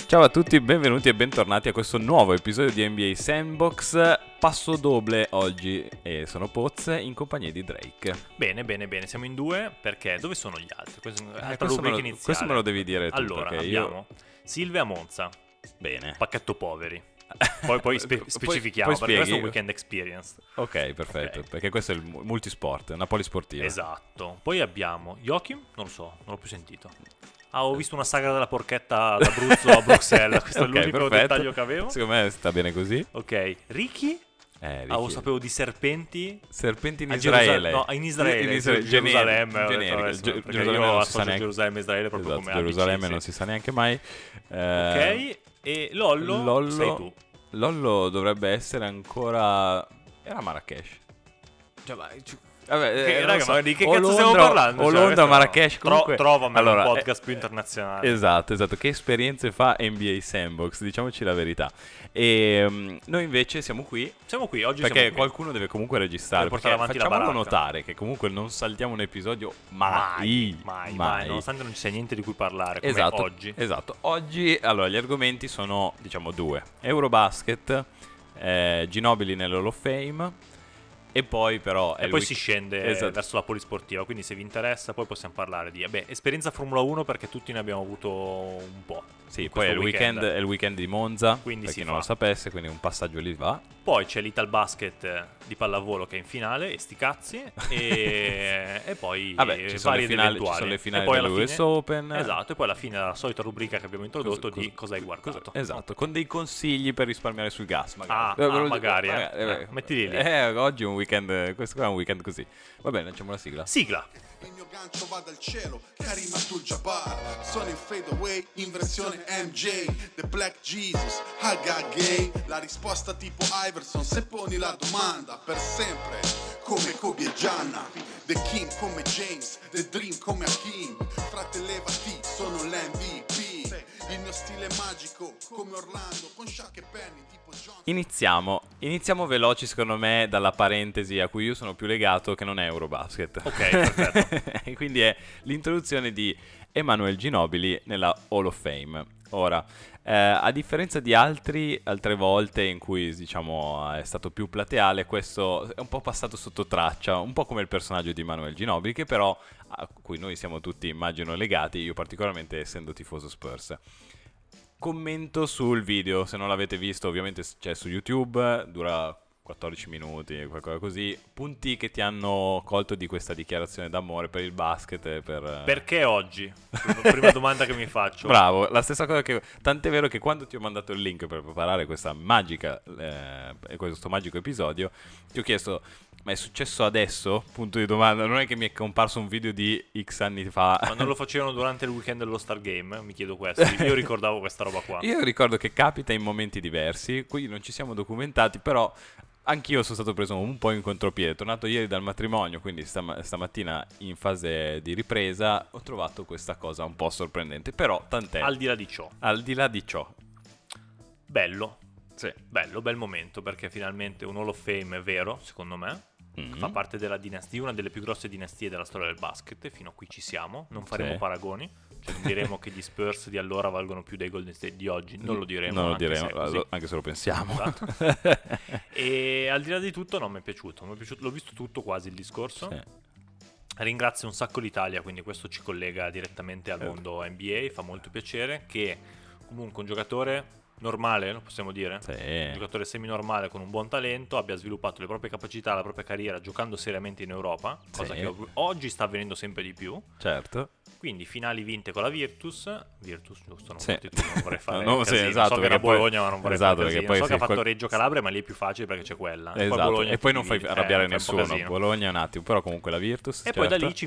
Ciao a tutti, benvenuti e bentornati a questo nuovo episodio di NBA Sandbox. Passo doble oggi e sono Poz in compagnia di Drake. Bene, siamo in due perché dove sono gli altri? Questo me lo devi dire tu. Allora, abbiamo Silvia Monza. Bene. Pacchetto poveri. Poi specifichiamo poi perché questo è un weekend experience. Ok, perfetto, perché questo è il multisport, una polisportiva. Esatto. Poi abbiamo Joachim, non lo so, non l'ho più sentito. Ho visto una sagra della porchetta d'Abruzzo a Bruxelles, questo è l'unico dettaglio che avevo. Secondo me sta bene così. Ok, Ricky? Ricky. Sapevo di serpenti in Israele. In Israele. Gerusalemme. Gerusalemme non si sa neanche. Gerusalemme Israele proprio esatto, come Gerusalemme ABC, non si sa neanche mai. Ok, e Lollo sei tu. Lollo dovrebbe essere ancora... Era Marrakesh. Vabbè, raga, so. ma di che cazzo stiamo parlando? O Londra o Marrakesh, comunque. Trovami un podcast più internazionale. Esatto. Che esperienze fa NBA Sandbox, diciamoci la verità. E noi invece siamo qui oggi perché qualcuno deve comunque registrare, portare avanti la baracca. Notare che comunque non saltiamo un episodio mai, nonostante non ci sia niente di cui parlare, come oggi. Esatto. Oggi, allora, gli argomenti sono, diciamo, due: Eurobasket, Ginobili nell'Hall of Fame. E poi però poi si scende verso la polisportiva, quindi se vi interessa poi possiamo parlare di esperienza Formula 1, perché tutti ne abbiamo avuto un po'. Sì, poi è il weekend di Monza, quindi per chi non lo sapesse, quindi un passaggio lì va. Poi c'è l'Ital Basket di pallavolo che è in finale, e sti cazzi, e poi ci sono le finali dell'US Open. Esatto, e poi alla fine la solita rubrica che abbiamo introdotto di cosa hai guardato. Esatto, con dei consigli per risparmiare sul gas, magari. Magari. Mettili lì. Oggi è un weekend, questo qua è un weekend così. Va bene, facciamo la sigla. Il mio gancio va dal cielo, Karim Abdul-Jabbar. Sono in fade away, in versione MJ. The Black Jesus, Haga Gay. La risposta tipo Iverson, se poni la domanda. Per sempre, come Kobe e Gianna. The King come James, The Dream come Hakim. Frate levati, sono l'MVP. Il mio stile magico, come Orlando. Con Shaq e Penny, tipo John. Iniziamo veloci, secondo me, dalla parentesi a cui io sono più legato, che non è Eurobasket. Ok, perfetto. Quindi è l'introduzione di Emanuele Ginobili nella Hall of Fame. Ora, a differenza di altre volte in cui, diciamo, è stato più plateale, questo è un po' passato sotto traccia, un po' come il personaggio di Emanuele Ginobili, che però a cui noi siamo tutti, immagino, legati, io particolarmente essendo tifoso Spurs. Commento sul video, se non l'avete visto ovviamente c'è su YouTube, dura 14 minuti, qualcosa così. Punti che ti hanno colto di questa dichiarazione d'amore per il basket e per... Perché oggi? Prima domanda che mi faccio. Bravo, la stessa cosa che... Tant'è vero che quando ti ho mandato il link per preparare questa questo magico episodio, ti ho chiesto: ma è successo adesso? Punto di domanda. Non è che mi è comparso un video di X anni fa. Ma non lo facevano durante il weekend dello Star Game? Mi chiedo questo. Io ricordavo questa roba qua. Io ricordo che capita in momenti diversi. Qui non ci siamo documentati, però anch'io sono stato preso un po' in contropiede. Tornato ieri dal matrimonio, quindi stamattina in fase di ripresa, ho trovato questa cosa un po' sorprendente. Però tant'è. Al di là di ciò. Bello. Sì. Bel momento, perché finalmente un Hall of Fame è vero, secondo me. Fa parte della dinastia, una delle più grosse dinastie della storia del basket. Fino a qui ci siamo, non faremo paragoni, cioè non diremo che gli Spurs di allora valgono più dei Golden State di oggi, non lo diremo, anche se lo pensiamo. Esatto. E al di là di tutto non mi è piaciuto, l'ho visto tutto quasi il discorso. Sì. Ringrazio un sacco l'Italia, quindi questo ci collega direttamente al mondo NBA, fa molto piacere che comunque un giocatore normale, lo possiamo dire? Sì. Un giocatore semi-normale con un buon talento abbia sviluppato le proprie capacità, la propria carriera giocando seriamente in Europa, cosa che oggi sta avvenendo sempre di più. Certo. Quindi finali vinte con la Virtus, giusto, non vorrei fare esatto, so che era Bologna, ma non vorrei fare casino. Poi so che ha fatto Reggio Calabria, ma lì è più facile perché c'è quella. Esatto. E poi non fai arrabbiare nessuno. Bologna un attimo, però comunque la Virtus. E poi da lì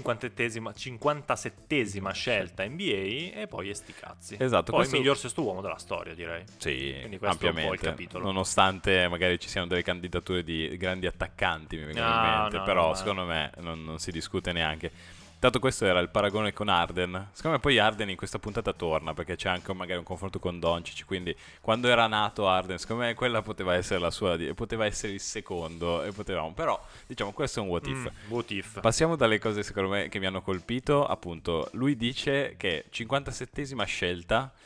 57esima scelta NBA e poi sti cazzi. Esatto. Poi il miglior sesto uomo della storia, direi. Sì, quindi questo ampiamente. è un po' il capitolo. Nonostante magari ci siano delle candidature di grandi attaccanti, mi vengono in mente, però secondo me non si discute neanche. Tanto questo era il paragone con Harden. Secondo me poi Harden in questa puntata torna, perché c'è anche magari un confronto con Doncic, quindi quando era nato Harden, secondo me quella poteva essere la sua, poteva essere il secondo, e potevamo, però diciamo questo è un what if. What if. Passiamo dalle cose secondo me che mi hanno colpito. Appunto, lui dice che 57esima scelta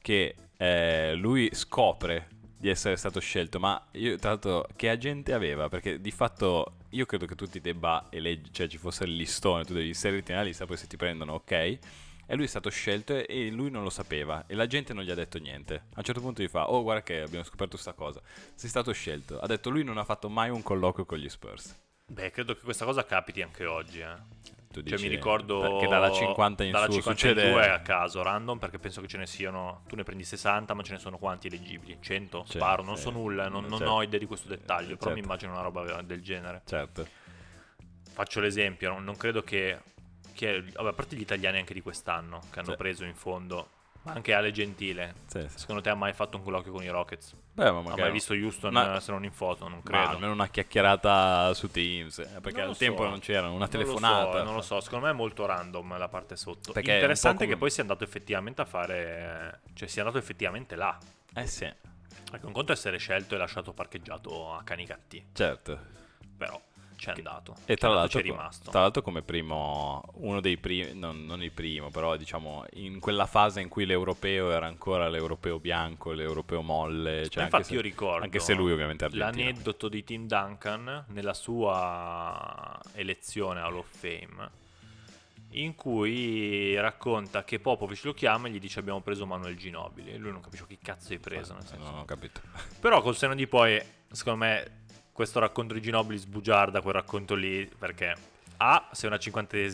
che lui scopre di essere stato scelto, ma io tra l'altro che agente aveva? Perché di fatto io credo che tu ti debba eleggere, cioè ci fosse il listone, tu devi inserirti nella lista, poi se ti prendono ok, e lui è stato scelto e lui non lo sapeva e la gente non gli ha detto niente. A un certo punto gli fa: oh, guarda che abbiamo scoperto sta cosa, sei stato scelto. Ha detto lui non ha fatto mai un colloquio con gli Spurs. Beh, credo che questa cosa capiti anche oggi, Tu Cioè dici, mi ricordo che dalla 50 in dalla su 50 succede in giù è a caso, random, perché penso che ce ne siano, tu ne prendi 60, ma ce ne sono quanti eleggibili? 100? Cioè, Sparo, non so nulla, non certo. ho idea di questo dettaglio, però Certo. mi immagino una roba del genere. Certo. Faccio l'esempio, non credo che vabbè, a parte gli italiani anche di quest'anno, che hanno Sì. preso in fondo, ma anche Ale Gentile, Sì. secondo te ha mai fatto un colloquio con i Rockets? Beh, ma Ha magari mai visto Houston una- se non in foto? Non ma credo. almeno una chiacchierata su Teams, perché Non lo al tempo so. non c'era una Non telefonata. non lo so, secondo me è molto random la parte sotto. Perché è un Interessante po' come- che poi sia andato effettivamente a fare, cioè sia andato effettivamente là. Sì, Perché un conto è essere scelto e lasciato parcheggiato a Canicattì, certo. però c'è andato. E tra l'altro, c'è rimasto. tra l'altro come primo, uno dei primi, non il primo, però diciamo in quella fase in cui l'europeo era ancora l'europeo bianco, l'europeo molle. Cioè, Ma infatti io ricordo anche se lui ovviamente è argentino. l'aneddoto di Tim Duncan nella sua elezione Hall of Fame, in cui racconta che Popovic lo chiama e gli dice abbiamo preso Manuel Ginobili e lui non capisce che cazzo hai preso, nel senso. Non ho capito. Però col senno di poi, secondo me, questo racconto di Ginobili sbugiarda quel racconto lì, perché A, sei una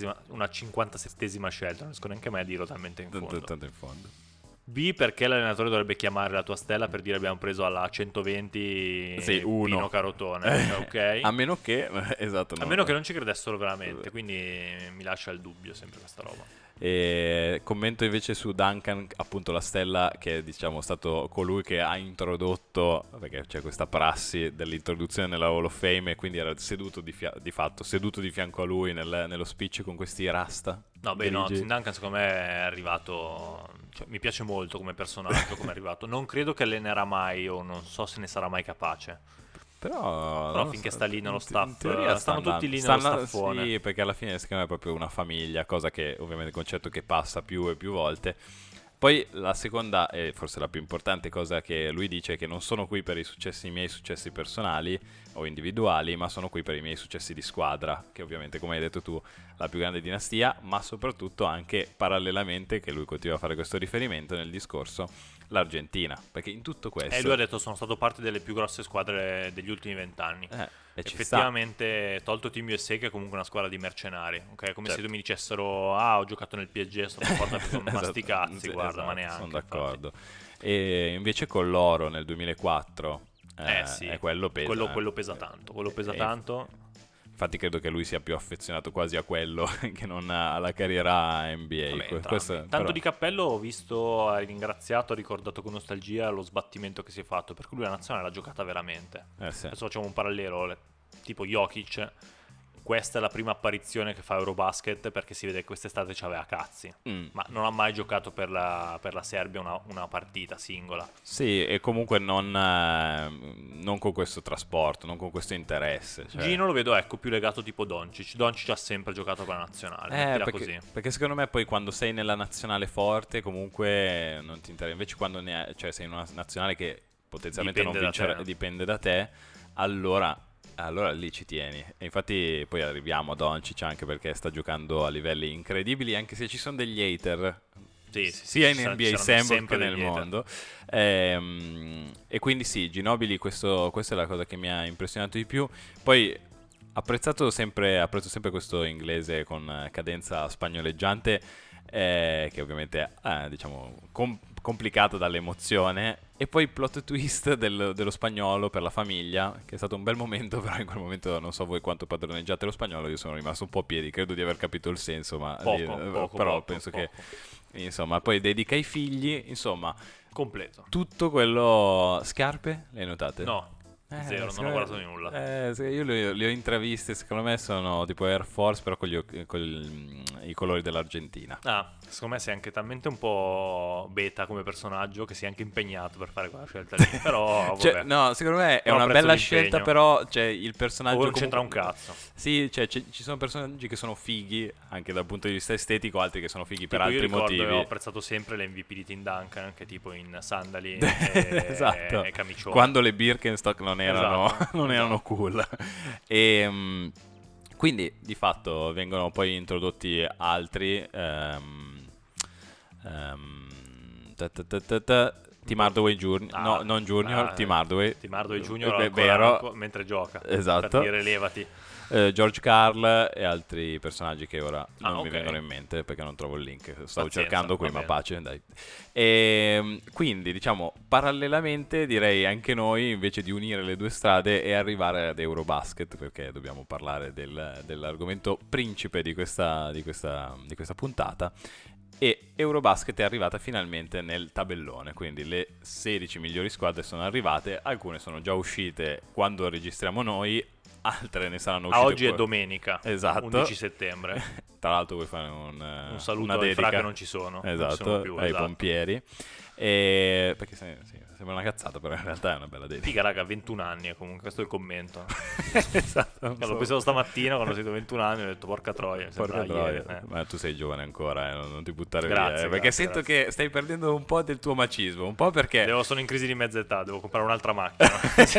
57esima scelta, non riesco neanche mai a dirlo talmente in fondo. Tanto in fondo. B, perché l'allenatore dovrebbe chiamare la tua stella per dire abbiamo preso alla 120 Sì, uno. Pino Carotone, ok? A meno che, esatto. A meno che non ci credessero veramente, quindi mi lascia il dubbio sempre questa roba. E commento invece su Duncan, appunto la stella, che è diciamo stato colui che ha introdotto, perché c'è questa prassi dell'introduzione nella Hall of Fame, e quindi era seduto di fianco a lui nello speech con questi rasta. No, beh, no, grigi. Tim Duncan secondo me è arrivato, cioè, mi piace molto come personaggio, come è arrivato. Non credo che allenerà mai, o non so se ne sarà mai capace. Però Però finché sta lì nello staff, in teoria stanno tutti lì stanno- nello staffone. Sì, perché alla fine secondo me è proprio una famiglia, cosa che ovviamente è un concetto che passa più e più volte. Poi la seconda e forse la più importante cosa che lui dice è che non sono qui per i miei successi personali o individuali, ma sono qui per i miei successi di squadra, che ovviamente come hai detto tu la più grande dinastia, ma soprattutto anche parallelamente, che lui continua a fare questo riferimento nel discorso, l'Argentina, perché in tutto questo E lui ha detto sono stato parte delle più grosse squadre degli ultimi 20 anni. e ci sta. Effettivamente, tolto Team USA, che è comunque una squadra di mercenari, ok? Come Certo. se tu mi dicessero ho giocato nel PSG, sono forte per ma sti cazzi, Sì, guarda, ma esatto, neanche. sono d'accordo. E invece con l'oro nel 2004 Sì, è quello pesa. quello pesa tanto, quello pesa E- tanto. Infatti credo che lui sia più affezionato quasi a quello che non alla carriera NBA. Vabbè, Questo, tanto però- di cappello ho visto, ha ringraziato, ha ricordato con nostalgia lo sbattimento che si è fatto, perché lui la nazionale l'ha giocata veramente. sì. Adesso facciamo un parallelo, tipo Jokic, questa è la prima apparizione che fa Eurobasket perché si vede che quest'estate c'aveva cazzi, ma non ha mai giocato per la Serbia una partita singola. Sì, e comunque non con questo trasporto, non con questo interesse. Cioè... Gino lo vedo più legato tipo Doncic. Doncic ha sempre giocato per la nazionale, mettila così. Perché secondo me poi quando sei nella nazionale forte comunque non ti interessa. Invece quando sei in una nazionale che potenzialmente Dipende non da vincerà, te. dipende da te, allora lì ci tieni. E infatti poi arriviamo a Doncic anche perché sta giocando a livelli incredibili, anche se ci sono degli hater. Sì, sia ci in NBA saranno sempre che nel degli hater. mondo. E quindi sì, Ginobili, questa è la cosa che mi ha impressionato di più. Poi apprezzo sempre questo inglese con cadenza spagnoleggiante, che ovviamente è diciamo complicato dall'emozione, e poi il plot twist dello spagnolo per la famiglia, che è stato un bel momento, però in quel momento non so voi quanto padroneggiate lo spagnolo, io sono rimasto un po' a piedi, credo di aver capito il senso, ma però penso che insomma poi dedica ai figli, insomma completo. tutto quello. Scarpe le hai notate? No, Zero, non ho guardato nulla. Io li ho intraviste, secondo me sono tipo Air Force, però con i colori dell'Argentina. Secondo me sei anche talmente un po' beta come personaggio che sei anche impegnato per fare quella scelta lì. Però, vabbè. No, secondo me è Però una apprezzo bella l'impegno. scelta, però il personaggio non c'entra un cazzo. Sì, ci sono personaggi che sono fighi anche dal punto di vista estetico, altri che sono fighi Tipo, per altri io ricordo, motivi. ho apprezzato sempre le MVP di Tim Duncan, che tipo in sandali Esatto. e camicione. Quando le Birkenstock non erano, Esatto. non erano cool. E quindi di fatto vengono poi introdotti altri. Tim Hardaway Jr. No, non Junior, Tim Hardaway. Tim Hardaway Jr. Vero. mentre gioca. Esatto. Per dire levati. George Karl e altri personaggi che ora non mi ok. vengono in mente perché non trovo il link. Stavo Pazienza, cercando qui, va ma bene. pace, dai. E quindi, diciamo, parallelamente direi anche noi, invece di unire le due strade e arrivare ad Eurobasket, perché dobbiamo parlare dell'argomento principe di questa puntata. E Eurobasket è arrivata finalmente nel tabellone, quindi le 16 migliori squadre sono arrivate, alcune sono già uscite quando registriamo noi, altre ne saranno uscite Oggi è poi. Domenica, Esatto. 11 settembre. Tra l'altro vuoi fare un saluto una ai dedica. fra che non ci sono. Esatto, non ci sono più, ai esatto. pompieri. Perché sembra una cazzata, però in realtà è una bella dedica. Figa, raga, 21 anni comunque, questo è il commento. Esatto. L'ho pensato stamattina quando ho sentito 21 anni, ho detto porca troia. Porca ieri, troia. Ma tu sei giovane ancora, non ti buttare Grazie, via. Perché grazie, sento grazie. che stai perdendo un po' del tuo macismo, un po' perché... Sono in crisi di mezza età, devo comprare un'altra macchina.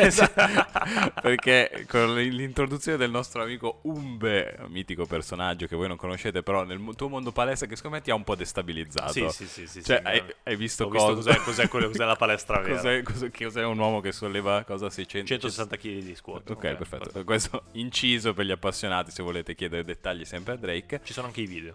Perché con l'introduzione del nostro amico Umbe, mitico personaggio che voi non conoscete, però nel tuo mondo palestra, che secondo me ti ha un po' destabilizzato. Sì. Cioè, sì, hai visto ho visto cosa? cos'è la palestra vera. Cos'è un uomo che solleva cosa 160 kg di squat. Ok, perfetto. Questo inciso per gli appassionati, se volete chiedere dettagli sempre a Drake. Ci sono anche i video.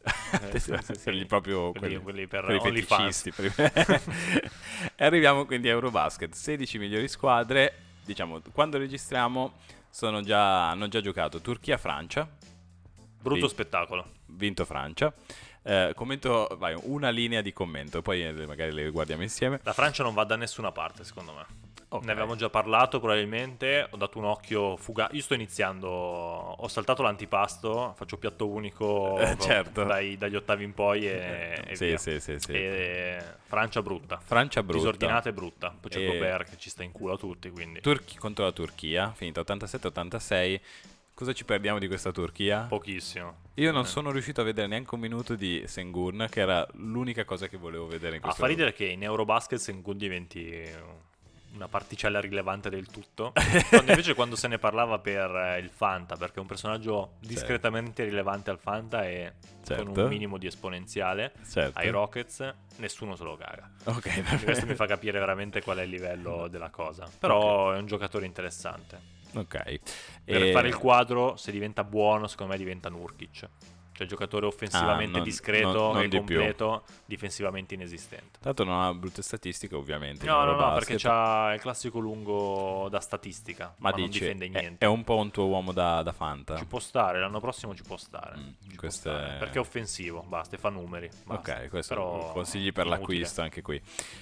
Proprio quelli per i OnlyFans. feticisti. E arriviamo quindi a Eurobasket, 16 migliori squadre. Diciamo, quando registriamo hanno già giocato Turchia-Francia. Brutto spettacolo. Vinto Francia. Commento, vai, una linea di commento, poi magari le guardiamo insieme. La Francia non va da nessuna parte, secondo me. Ok. Ne avevamo già parlato probabilmente, ho dato un occhio fugace. Io sto iniziando, ho saltato l'antipasto, faccio piatto unico certo. dagli ottavi in poi e via. Sì. E Francia brutta. Disordinata e brutta. Poi c'è Gobert che ci sta in culo a tutti, quindi contro la Turchia, finita 87-86. Cosa ci perdiamo di questa Turchia? pochissimo. Io non sono riuscito a vedere neanche un minuto di Sengun, che era l'unica cosa che volevo vedere in questo Fa ridere che in Eurobasket Sengun diventi una particella rilevante del tutto, quando se ne parlava per il Fanta, perché è un personaggio discretamente rilevante al Fanta e con un minimo di esponenziale ai Rockets nessuno se lo caga. Ok, Questo mi fa capire veramente qual è il livello della cosa, però è un giocatore interessante. Ok. Per fare il quadro, se diventa buono, secondo me diventa Nurkic. Cioè giocatore offensivamente discreto e completo, difensivamente inesistente. Tanto non ha brutte statistiche, ovviamente. No, perché c'ha il classico lungo da statistica, ma non difende niente. È un po' un tuo uomo da Fanta. Ci può stare, l'anno prossimo ci può stare. Perché è offensivo, basta, e fa numeri. Basta. Ok, questo però consigli per inutile. l'acquisto anche qui.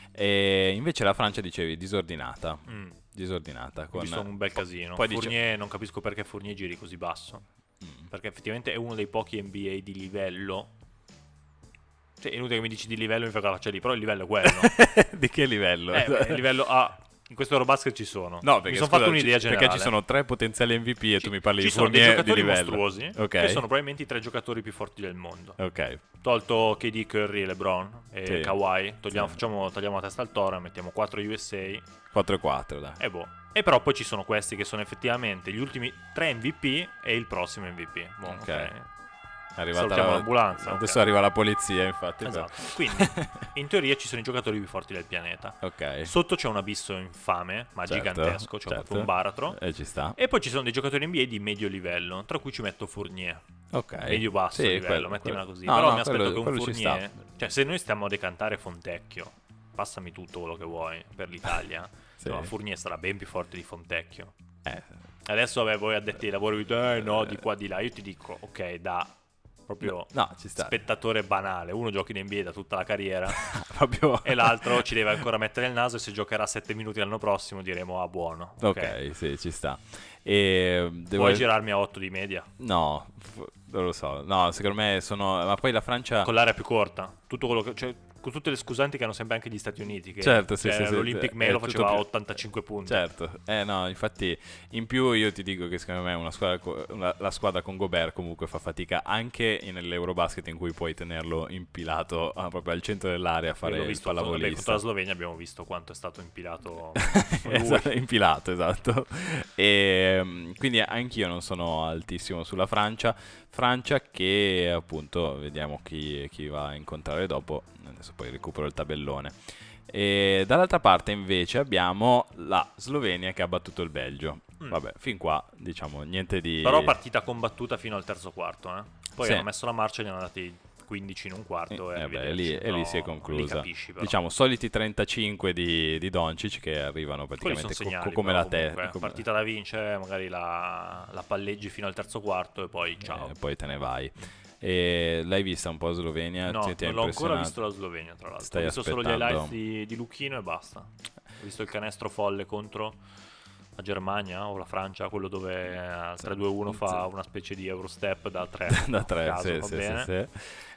E invece la Francia, dicevi, disordinata. Disordinata. Ho visto un bel casino. Poi Fournier, non capisco perché Fournier giri così basso. Perché effettivamente è uno dei pochi NBA di livello. Cioè, è inutile che mi dici di livello, mi fa la faccia lì, però il livello è quello. Di che livello? Il livello A. In questo Eurobasket ci sono. No, perché mi sono fatto un'idea generale. Perché ci sono 3 potenziali MVP e tu mi parli di Ci sono dei Fournier di giocatori livello mostruosi, che sono probabilmente i 3 giocatori più forti del mondo. Ok. Tolto KD, Curry e LeBron e Kawhi, tagliamo la testa al toro, mettiamo 4 USA 4-4, dai. E però poi ci sono questi che sono effettivamente gli ultimi 3 MVP e il prossimo MVP. Ok. Salutiamo l'ambulanza. Adesso arriva la polizia, infatti. Esatto. Quindi, in teoria ci sono i giocatori più forti del pianeta. Ok. Sotto c'è un abisso infame, ma gigantesco, c'è proprio un baratro. E ci sta. E poi ci sono dei giocatori NBA di medio livello, tra cui ci metto Fournier. Ok. Medio basso livello, mettimela così. No, però no, mi aspetto che un quello ci Fournier, sta. cioè se noi stiamo a decantare Fontecchio, passami tutto quello che vuoi per l'Italia. Sì. No, Fournier sarà ben più forte di Fontecchio. Eh. Adesso voi addetti ai lavori no, di qua di là. Io ti dico, ok, da proprio No, ci sta. spettatore banale. Uno gioca in NBA da tutta la carriera Proprio... e l'altro ci deve ancora mettere il naso, e se giocherà 7 minuti l'anno prossimo diremo buono. Ok, sì, ci sta. E Vuoi girarmi a 8 di media? No, non lo so. No, secondo me sono... Ma poi la Francia... Con l'area più corta. Tutto quello che... Cioè, con tutte le scusanti che hanno sempre anche gli Stati Uniti, che certo, sì, sì, l'Olympic sì, Melo faceva più... 85 punti. Certo, no, infatti in più io ti dico che secondo me la squadra con Gobert comunque fa fatica anche nell'Eurobasket, in cui puoi tenerlo impilato proprio al centro dell'area a fare il pallavolista. Contro la Slovenia abbiamo visto quanto è stato impilato impilato, esatto. E quindi anch'io non sono altissimo sulla Francia che appunto vediamo chi va a incontrare dopo. Adesso poi recupero il tabellone. E dall'altra parte invece abbiamo la Slovenia che ha battuto il Belgio. Vabbè, fin qua diciamo niente di... Però partita combattuta fino al terzo quarto, Poi sì. hanno messo la marcia e ne hanno dati 15 in un quarto e lì si è conclusa. Capisci, diciamo soliti 35 di Doncic che arrivano praticamente come la testa. Partita da vincere, magari la palleggi fino al terzo quarto e poi ciao. Poi te ne vai. E l'hai vista un po' Slovenia? No, non l'ho ancora visto la Slovenia, tra l'altro. Ho visto solo gli highlights di Luchino e basta. Ho visto il canestro folle contro la Germania o la Francia, quello dove al 3-2-1 fa una specie di Eurostep da 3. Da 3, sì.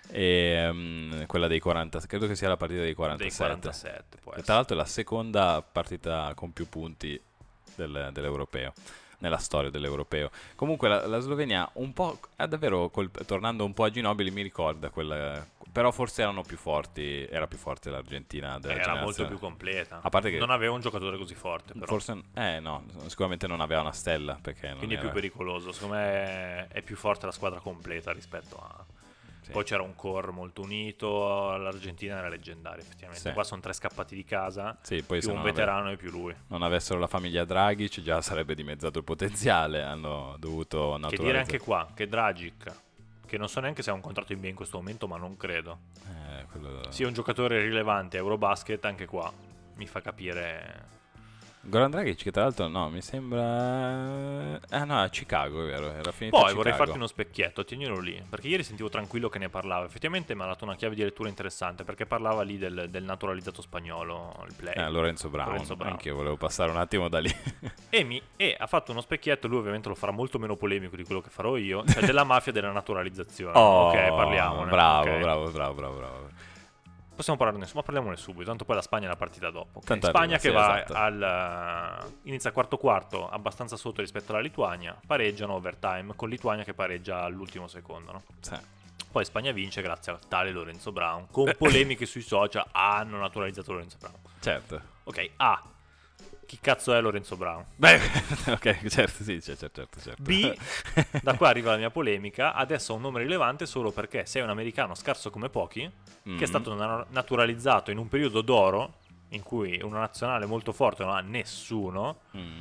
E quella dei 40, credo che sia la partita dei 47. Dei 47 può essere. Tra l'altro è la seconda partita con più punti dell'Europeo, nella storia dell'Europeo. Comunque la Slovenia un po', davvero, tornando un po' a Ginobili, mi ricorda quella, però forse era più forte l'Argentina della era molto più completa, a parte che non aveva un giocatore così forte, però. Forse no, sicuramente non aveva una stella, perché quindi è più pericoloso. Secondo me è più forte la squadra completa rispetto a... Sì. Poi c'era un core molto unito, l'Argentina era leggendaria effettivamente. Sì. Qua sono 3 scappati di casa, sì, poi più un veterano e più lui. Non avessero la famiglia Dragic già sarebbe dimezzato il potenziale, hanno dovuto naturalizzare. Che dire anche qua, che Dragic, che non so neanche se ha un contratto in B in questo momento, ma non credo sia un giocatore rilevante a Eurobasket, anche qua mi fa capire... Goran Dragic, che tra l'altro mi sembra... no, a Chicago, è vero, era finito. Poi vorrei farti uno specchietto, tienilo lì, perché ieri sentivo Tranquillo che ne parlava. Effettivamente mi ha dato una chiave di lettura interessante, perché parlava lì del naturalizzato spagnolo, il play. Lorenzo Brown. Anche io volevo passare un attimo da lì. E ha fatto uno specchietto, lui ovviamente lo farà molto meno polemico di quello che farò io, cioè della mafia della naturalizzazione. Ok, parliamone. Bravo. Possiamo parlarne, ma parliamone subito, tanto poi la Spagna è la partita dopo. Okay? Spagna che va esatto. Inizia quarto abbastanza sotto rispetto alla Lituania, pareggiano overtime con Lituania che pareggia all'ultimo secondo, no? Sì. Poi Spagna vince grazie al tale Lorenzo Brown, con polemiche sui social. Hanno naturalizzato Lorenzo Brown. Certo. Ok, chi cazzo è Lorenzo Brown? Beh, ok, certo, sì, certo. B, da qua arriva la mia polemica, adesso ha un nome rilevante solo perché sei un americano scarso come pochi, che è stato naturalizzato in un periodo d'oro, in cui una nazionale molto forte non ha nessuno,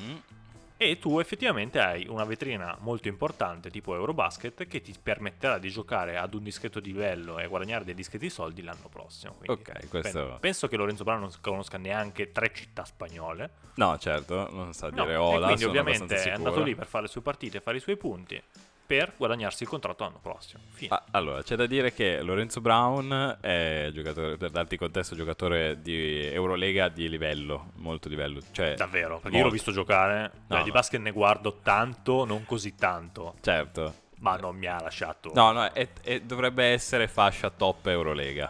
e tu effettivamente hai una vetrina molto importante tipo Eurobasket che ti permetterà di giocare ad un discreto livello e guadagnare dei discreti soldi l'anno prossimo. Quindi ok, questo... penso che Lorenzo Brown non conosca neanche 3 città spagnole. No, certo, non sa dire e hola, quindi ovviamente è andato lì per fare le sue partite, fare i suoi punti, per guadagnarsi il contratto l'anno prossimo. Allora, c'è da dire che Lorenzo Brown è giocatore, per darti contesto, giocatore di Eurolega di livello, molto livello. Cioè, davvero, perché io l'ho visto giocare, di basket ne guardo tanto, non così tanto. Certo. Ma non mi ha lasciato. No, dovrebbe essere fascia top Eurolega.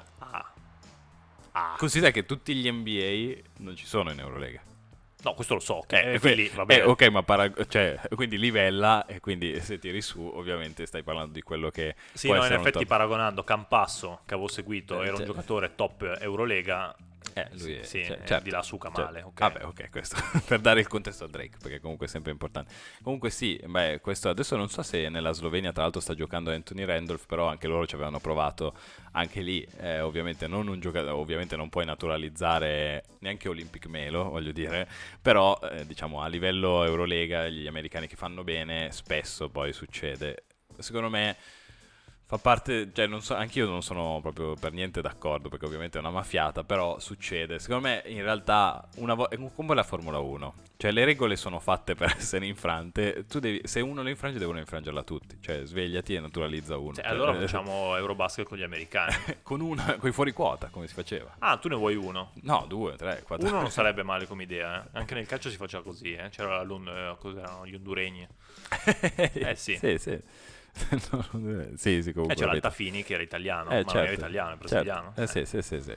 Considera che tutti gli NBA non ci sono in Eurolega. No, questo lo so, quindi va bene. Ok, ma quindi livella, e quindi se tiri su ovviamente stai parlando di quello che sì, no, in effetti paragonando Campasso, che avevo seguito, era un giocatore top Eurolega, lui è, certo, di là suca male. Okay. Vabbè, ok, questo per dare il contesto a Drake, perché comunque è sempre importante. Comunque sì, questo adesso non so se nella Slovenia tra l'altro sta giocando Anthony Randolph, però anche loro ci avevano provato anche lì, ovviamente non un giocatore, ovviamente non puoi naturalizzare neanche Olympic Melo, voglio dire, però diciamo a livello Eurolega gli americani che fanno bene spesso poi succede. Secondo me Fa parte, cioè non so, anch'io non sono proprio per niente d'accordo, perché ovviamente è una maffiata, però succede. Secondo me in realtà è come la Formula 1, cioè le regole sono fatte per essere infrante, se uno le infrange devono infrangerla tutti, cioè svegliati e naturalizza uno. Allora facciamo Eurobasket con gli americani. Con i fuori quota, come si faceva. Ah, tu ne vuoi uno? No, 2, 3, 4. Uno non sarebbe male come idea, eh. Anche nel calcio si faceva così, c'era cos'erano, gli honduregni. Sì. Sì. Sì, comunque. C'era Altafini che era italiano, ma certo, non era italiano, è brasiliano. Certo. Sì.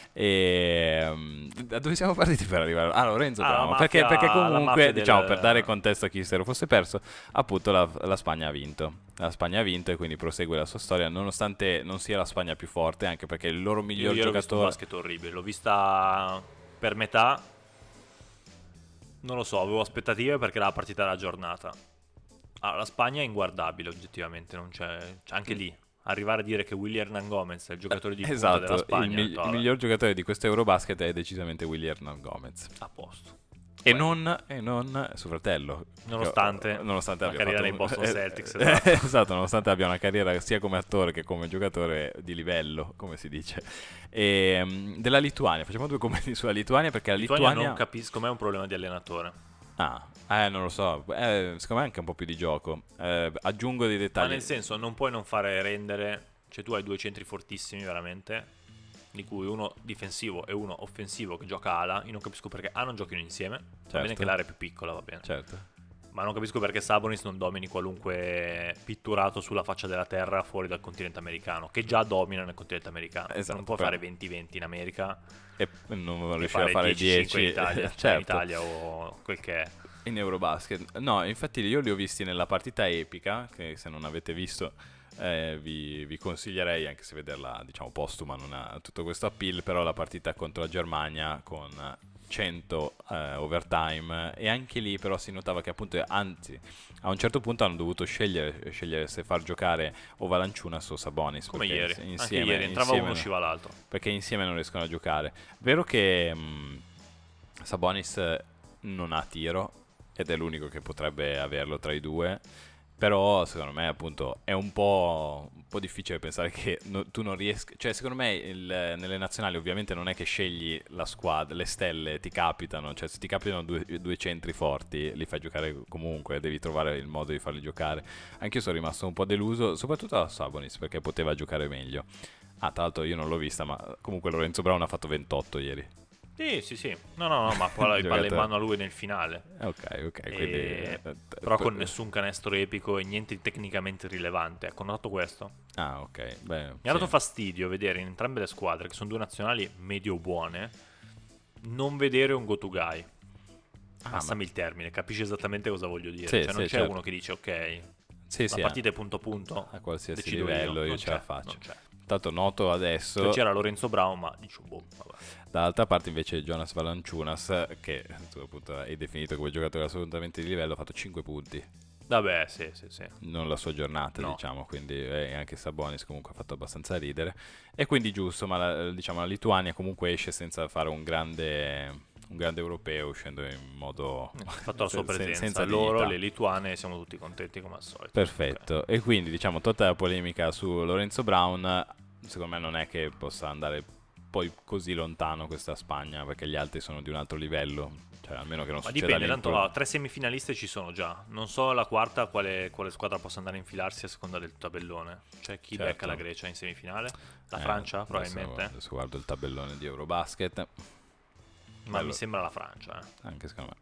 Da dove siamo partiti per arrivare? Lorenzo Brown, mafia, perché comunque, diciamo, per dare del... contesto a chi se lo fosse perso, appunto la Spagna ha vinto. La Spagna ha vinto e quindi prosegue la sua storia, nonostante non sia la Spagna più forte, anche perché il loro miglior Io giocatore... L'ho visto un basket orribile, l'ho vista per metà, non lo so, avevo aspettative perché era la partita della giornata. La Spagna è inguardabile oggettivamente, non c'è anche lì. Arrivare a dire che Willy Hernan Gomez è il giocatore di punta della Spagna. Il miglior giocatore di questo Eurobasket è decisamente Willy Hernan Gomez. A posto. E non suo fratello. Nonostante la carriera nei Boston Celtics. Esatto, nonostante abbia una carriera sia come attore che come giocatore di livello, come si dice. E della Lituania, facciamo 2 commenti sulla Lituania, perché la Lituania non capisco, ma è un problema di allenatore. Non lo so, secondo me è anche un po' più di gioco. Aggiungo dei dettagli. Ma nel senso, non puoi non fare rendere, cioè tu hai 2 centri fortissimi veramente, di cui uno difensivo e uno offensivo che gioca ala. Io non capisco perché non giochino insieme. Va bene che l'area è più piccola, va bene. Certo. Ma non capisco perché Sabonis non domini qualunque pitturato sulla faccia della terra fuori dal continente americano, che già domina nel continente americano. Esatto, non può fare 20-20 in America e non riuscire a fare 10 in Italia, certo. In Italia o quel che è. In Eurobasket. No, infatti io li ho visti nella partita epica, che se non avete visto vi consiglierei, anche se vederla diciamo postuma non ha tutto questo appeal, però la partita contro la Germania con 100 overtime, e anche lì però si notava che appunto, anzi a un certo punto hanno dovuto scegliere se far giocare o Valanciunas o Sabonis, come ieri. Anche insieme, ieri entrava uno, usciva l'altro, perché insieme non riescono a giocare. Vero che Sabonis non ha tiro ed è l'unico che potrebbe averlo tra i due, però secondo me appunto è un po' difficile pensare che tu non riesca, cioè secondo me nelle nazionali ovviamente non è che scegli la squadra, le stelle ti capitano, cioè se ti capitano due centri forti li fai giocare comunque, devi trovare il modo di farli giocare. Anch'io sono rimasto un po' deluso, soprattutto da Sabonis, perché poteva giocare meglio. Tra l'altro io non l'ho vista, ma comunque Lorenzo Brown ha fatto 28 ieri. Sì. No, ma poi la palla in mano a lui nel finale. Ok, quindi... Però con nessun canestro epico e niente di tecnicamente rilevante. Ecco, ho notato questo. Ok. Beh, mi ha dato fastidio vedere in entrambe le squadre, che sono 2 nazionali medio buone, non vedere un go-to guy. Passami il termine, capisci esattamente cosa voglio dire. Non c'è certo. Uno che dice, ok, la partita è punto a punto. A qualsiasi livello io ce la faccio. Tanto noto adesso... Cioè, c'era Lorenzo Brown, ma dicevo, vabbè. Dall'altra parte invece Jonas Valanciunas, che appunto è definito come giocatore assolutamente di livello, ha fatto 5 punti. Vabbè, sì. Non la sua giornata, diciamo, quindi anche Sabonis comunque ha fatto abbastanza ridere. E quindi giusto, ma la Lituania comunque esce senza fare un grande europeo, uscendo in modo... Ha fatto la sua presenza, senza loro, dignità. le lituane, siamo tutti contenti come al solito. Perfetto, okay. E quindi diciamo tutta la polemica su Lorenzo Brown, secondo me non è che possa andare poi così lontano questa Spagna, perché gli altri sono di un altro livello, cioè almeno che non succeda dipende, tanto 3 semifinaliste ci sono già, non so la quarta quale squadra possa andare a infilarsi a seconda del tabellone, cioè chi becca la Grecia in semifinale, la Francia probabilmente. Adesso guardo il tabellone di Eurobasket, ma mi sembra la Francia, anche secondo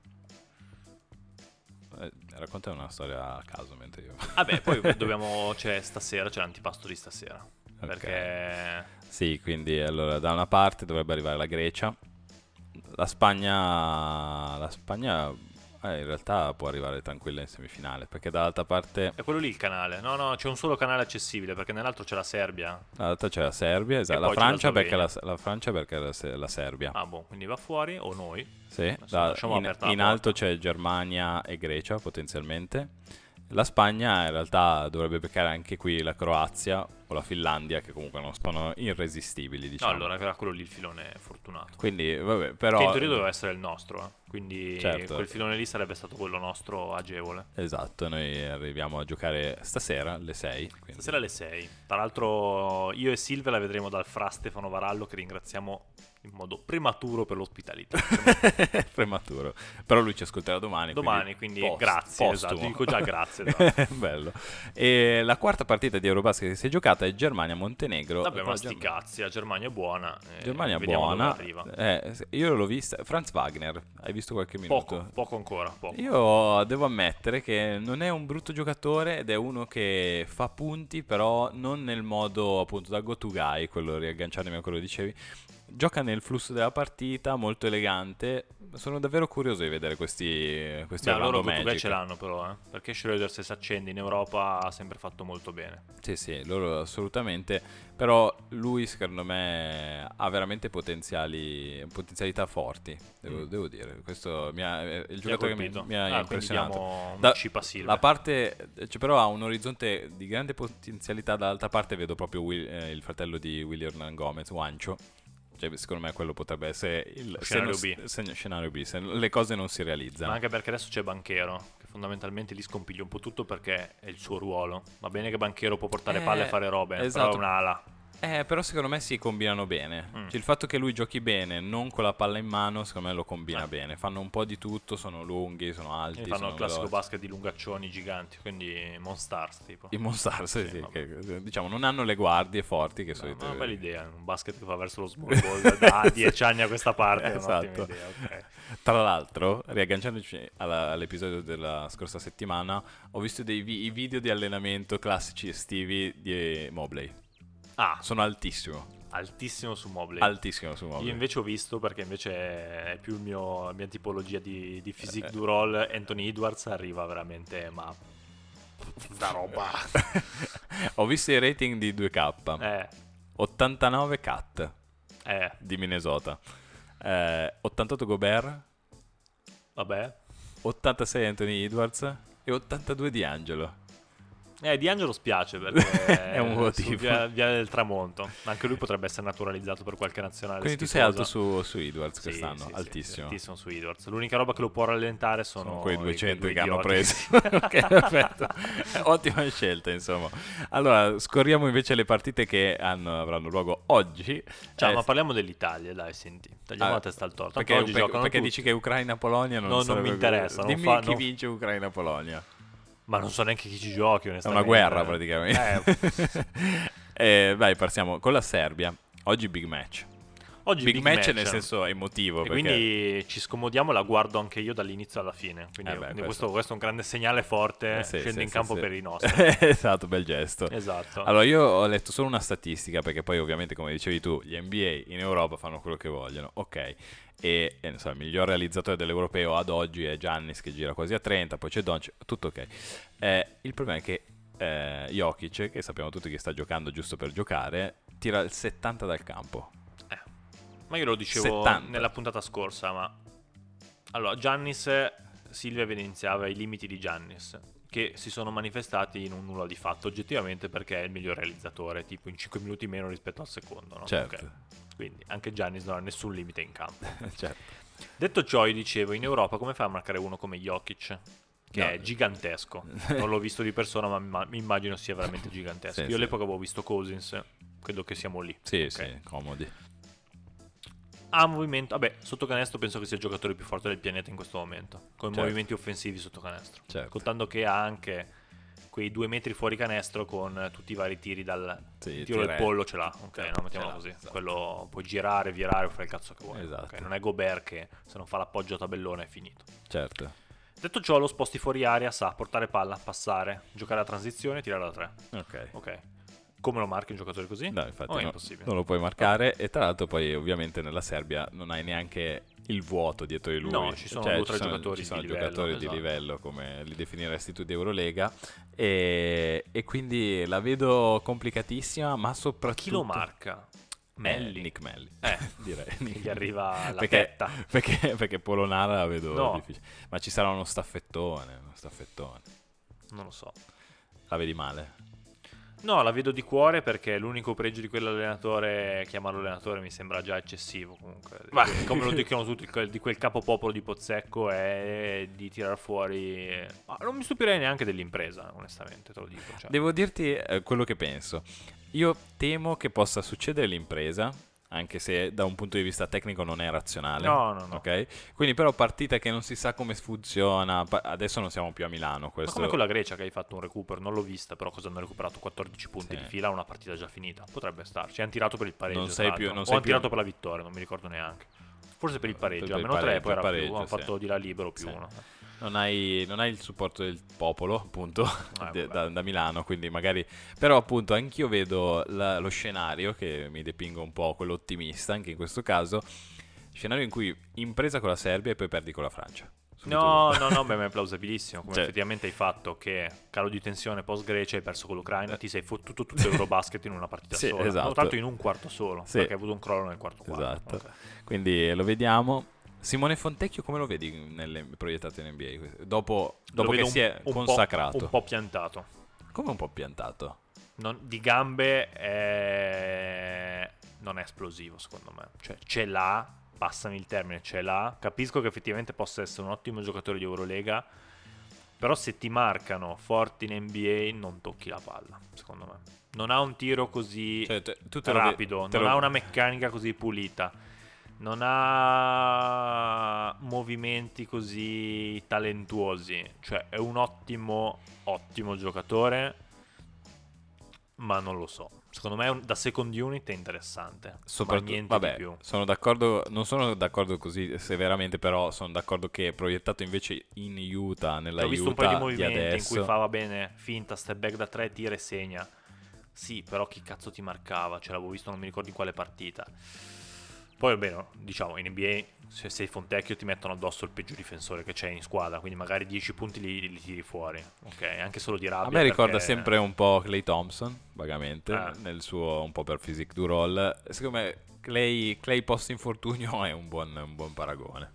me. Racconta una storia a caso mentre io... Vabbè, poi c'è l'antipasto di stasera, okay. Perché... Sì, quindi allora da una parte dovrebbe arrivare la Grecia, la Spagna in realtà può arrivare tranquilla in semifinale, perché dall'altra parte... È quello lì il canale, no, c'è un solo canale accessibile, perché nell'altro c'è la Serbia. Dall'altra c'è la Serbia, esatto, la Francia perché la Francia perché la Serbia. Quindi va fuori o noi? Sì, in alto c'è Germania e Grecia potenzialmente. La Spagna in realtà dovrebbe beccare anche qui la Croazia o la Finlandia, che comunque non sono irresistibili, No, diciamo. allora era quello lì il filone fortunato. Quindi, vabbè, però... Che in teoria doveva essere il nostro, quindi Certo. quel filone lì sarebbe stato quello nostro agevole. Esatto, noi arriviamo a giocare stasera alle 6. Quindi... Stasera alle 6. Tra l'altro io e Silvia la vedremo dal Fra Stefano Varallo, che ringraziamo in modo prematuro per l'ospitalità. Prematuro. Però lui ci ascolterà domani. Domani, quindi post- grazie, postumo. esatto, dico già grazie. Esatto. Bello. E la quarta partita di Eurobasket che si è giocata è Germania-Montenegro. Vabbè, ma La sti cazzi, la Germania è buona. Germania vediamo buona. dove arriva. Io l'ho vista. Franz Wagner, hai visto qualche minuto? Poco ancora, poco. Io devo ammettere che non è un brutto giocatore ed è uno che fa punti, però non nel modo appunto da go to guy, quello riagganciandomi a quello che dicevi. Gioca nel flusso della partita, molto elegante. Sono davvero curioso di vedere questi Loro Orlando Portugal Magic. ce l'hanno però, perché Schroeder se si accende in Europa ha sempre fatto molto bene. Sì, loro assolutamente. Però lui secondo me ha veramente potenzialità forti, devo dire. Questo il giocatore che mi ha impressionato. Quindi diamo Da- un chip a Silva. La parte, però ha un orizzonte di grande potenzialità. Dall'altra parte vedo proprio il fratello di Willy Hernan Gomez, Juancho. Cioè, secondo me quello potrebbe essere il Scenario scenario B, se le cose non si realizzano. Ma anche perché adesso c'è Banchero, che fondamentalmente lì scompiglia un po' tutto perché è il suo ruolo. Va bene che Banchero può portare palle e fare robe, esatto. però è un'ala. Però secondo me si combinano bene. Cioè, il fatto che lui giochi bene, non con la palla in mano, secondo me lo combina bene. Fanno un po' di tutto, sono lunghi, sono alti. Quindi fanno sono il classico veloci. basket di lungaccioni giganti, quindi Monstars tipo. I Monstars, sì, vabbè. che, diciamo, non hanno le guardie forti che No, solito. ma una bella idea, un basket che va verso lo small ball da 10 anni a questa parte, è Esatto. un'ottima idea, ok. Tra l'altro, riagganciandoci all'episodio della scorsa settimana, ho visto i video di allenamento classici estivi di Mobley. Ah, Sono altissimo. altissimo su Mobley. Altissimo su Mobley. Io invece ho visto, perché invece è più la mia tipologia di physique du roll, Anthony Edwards arriva veramente, ma da roba. Ho visto i rating di 2K. 89 Cat di Minnesota. 88 Gobert. Vabbè. 86 Anthony Edwards. E 82 D'Angelo. D'Angelo spiace perché È un motivo. via del tramonto. Anche lui potrebbe essere naturalizzato per qualche nazionale. Quindi tu sei alto su Edwards Sì, quest'anno, sì, altissimo. altissimo su Edwards. L'unica roba che lo può rallentare sono Quei 200 quei che hanno idioti. preso. Ok, perfetto. Ottima scelta, insomma. Allora, scorriamo invece le partite che avranno luogo oggi. Cioè, ma parliamo dell'Italia, dai, senti. Tagliamo la testa al torto. Perché, Oggi giocano perché tutti. dici che Ucraina-Polonia non Non mi interessa. Dimmi chi vince Ucraina-Polonia. Ma non so neanche chi ci giochi, È onestamente. una guerra praticamente. Vai, partiamo con la Serbia. Oggi big match. Oggi Big match nel senso emotivo. E perché... quindi ci scomodiamo, la guardo anche io dall'inizio alla fine. Quindi questo è un grande segnale forte. Scende in campo per i nostri. Esatto, bel gesto. Esatto. Allora, io ho letto solo una statistica, perché poi ovviamente, come dicevi tu, gli NBA in Europa fanno quello che vogliono. Ok. E non so, il miglior realizzatore dell'europeo ad oggi è Giannis, che gira quasi a 30, poi c'è Doncic, tutto ok. Il problema è che Jokic, che sappiamo tutti che sta giocando giusto per giocare, tira il 70 dal campo. Ma io lo dicevo 70. nella puntata scorsa, ma allora Giannis, Silvia evidenziava i limiti di Giannis, che si sono manifestati in un nulla di fatto oggettivamente, perché è il miglior realizzatore, tipo in 5 minuti meno rispetto al secondo, no? Certo. Okay. Quindi anche Giannis non ha nessun limite in campo. Certo. Detto ciò, io dicevo, in Europa come fai a marcare uno come Jokic, che è gigantesco? Non l'ho visto di persona, ma mi immagino sia veramente gigantesco. Io all'epoca avevo visto Cousins, credo che siamo lì. Sì, Okay. sì, comodi. Ha movimento, vabbè, sotto canestro penso che sia il giocatore più forte del pianeta in questo momento, con Certo. movimenti offensivi sotto canestro. Certo. Contando che ha anche quei 2 metri fuori canestro con tutti i vari tiri dal tiro del pollo, ce l'ha, ok, Certo, no, mettiamolo così. esatto. Quello puoi girare, virare, fare il cazzo che vuoi. Esatto. Okay? Non è Gobert che se non fa l'appoggio a tabellone è finito. Certo. Detto ciò, lo sposti fuori area, sa portare palla, passare, giocare a transizione, tirare da 3. Ok. Come lo marchi un giocatore così? No, infatti è impossibile. non lo puoi marcare. E tra l'altro poi ovviamente nella Serbia non hai neanche il vuoto dietro di lui. No, ci sono 2 o 3 giocatori ci sono di giocatori livello, di esatto. livello, come li definiresti tu, di Eurolega. E quindi la vedo complicatissima, ma soprattutto... Chi lo marca? Melli. Nick Melli. Direi. Che gli arriva la perché, tetta. perché Polonara la vedo No. difficile. Ma ci sarà uno staffettone. Non lo so. La vedi male? No, la vedo di cuore perché l'unico pregio di quell'allenatore, chiamarlo allenatore, mi sembra già eccessivo comunque. Come lo dicono tutti, di quel capopopolo di Pozzecco è di tirar fuori... non mi stupirei neanche dell'impresa, onestamente, te lo dico. Cioè. Devo dirti quello che penso. Io temo che possa succedere l'impresa, anche se da un punto di vista tecnico non è razionale. No. Ok? Quindi però partita che non si sa come funziona. Adesso non siamo più a Milano. Ma come con la Grecia che hai fatto un recupero, non l'ho vista, però cosa hanno recuperato 14 punti di fila, una partita già finita. Potrebbe starci. Hanno tirato per il pareggio. Hanno tirato per la vittoria, non mi ricordo neanche. Forse per il pareggio, almeno 3, poi era più. Hanno fatto di là libero più uno. Non hai il supporto del popolo, appunto, da Milano, quindi magari... Però appunto anch'io vedo lo scenario, che mi dipingo un po' quello ottimista, anche in questo caso, scenario in cui impresa con la Serbia e poi perdi con la Francia. No, ma è plausibilissimo, come effettivamente hai fatto che calo di tensione post Grecia, hai perso con l'Ucraina, ti sei fottuto tutto Eurobasket in una partita sola. Esatto. No, tanto in un quarto solo, perché hai avuto un crollo nel quarto quarto. Esatto, okay. Quindi lo vediamo. Simone Fontecchio come lo vedi proiettato in NBA? Dopo che si è consacrato? Un po' piantato. Come un po' piantato? Di gambe non è esplosivo secondo me. Cioè ce l'ha, passami il termine, ce l'ha. Capisco che effettivamente possa essere un ottimo giocatore di Eurolega, però se ti marcano forti in NBA non tocchi la palla, secondo me. Non ha un tiro così rapido, non ha una meccanica così pulita. Non ha movimenti così talentuosi. Cioè è un ottimo giocatore, ma non lo so. Secondo me da second unit è interessante. Soprattutto, ma niente di più. Sono d'accordo, non sono d'accordo così severamente, però sono d'accordo che proiettato invece in Utah, nella Utah ho visto un paio di movimenti adesso, in cui fa, va bene, finta, step back da 3, tira e segna. Sì, però chi cazzo ti marcava? Ce l'avevo visto, non mi ricordo in quale partita. Poi, vabbè, diciamo, in NBA, se sei Fontecchio ti mettono addosso il peggio difensore che c'è in squadra, quindi magari 10 punti li tiri fuori, ok? Anche solo di rabbia. A me ricorda sempre un po' Klay Thompson, vagamente, nel suo un po' per physique du roll. Secondo me Klay post infortunio è un buon paragone.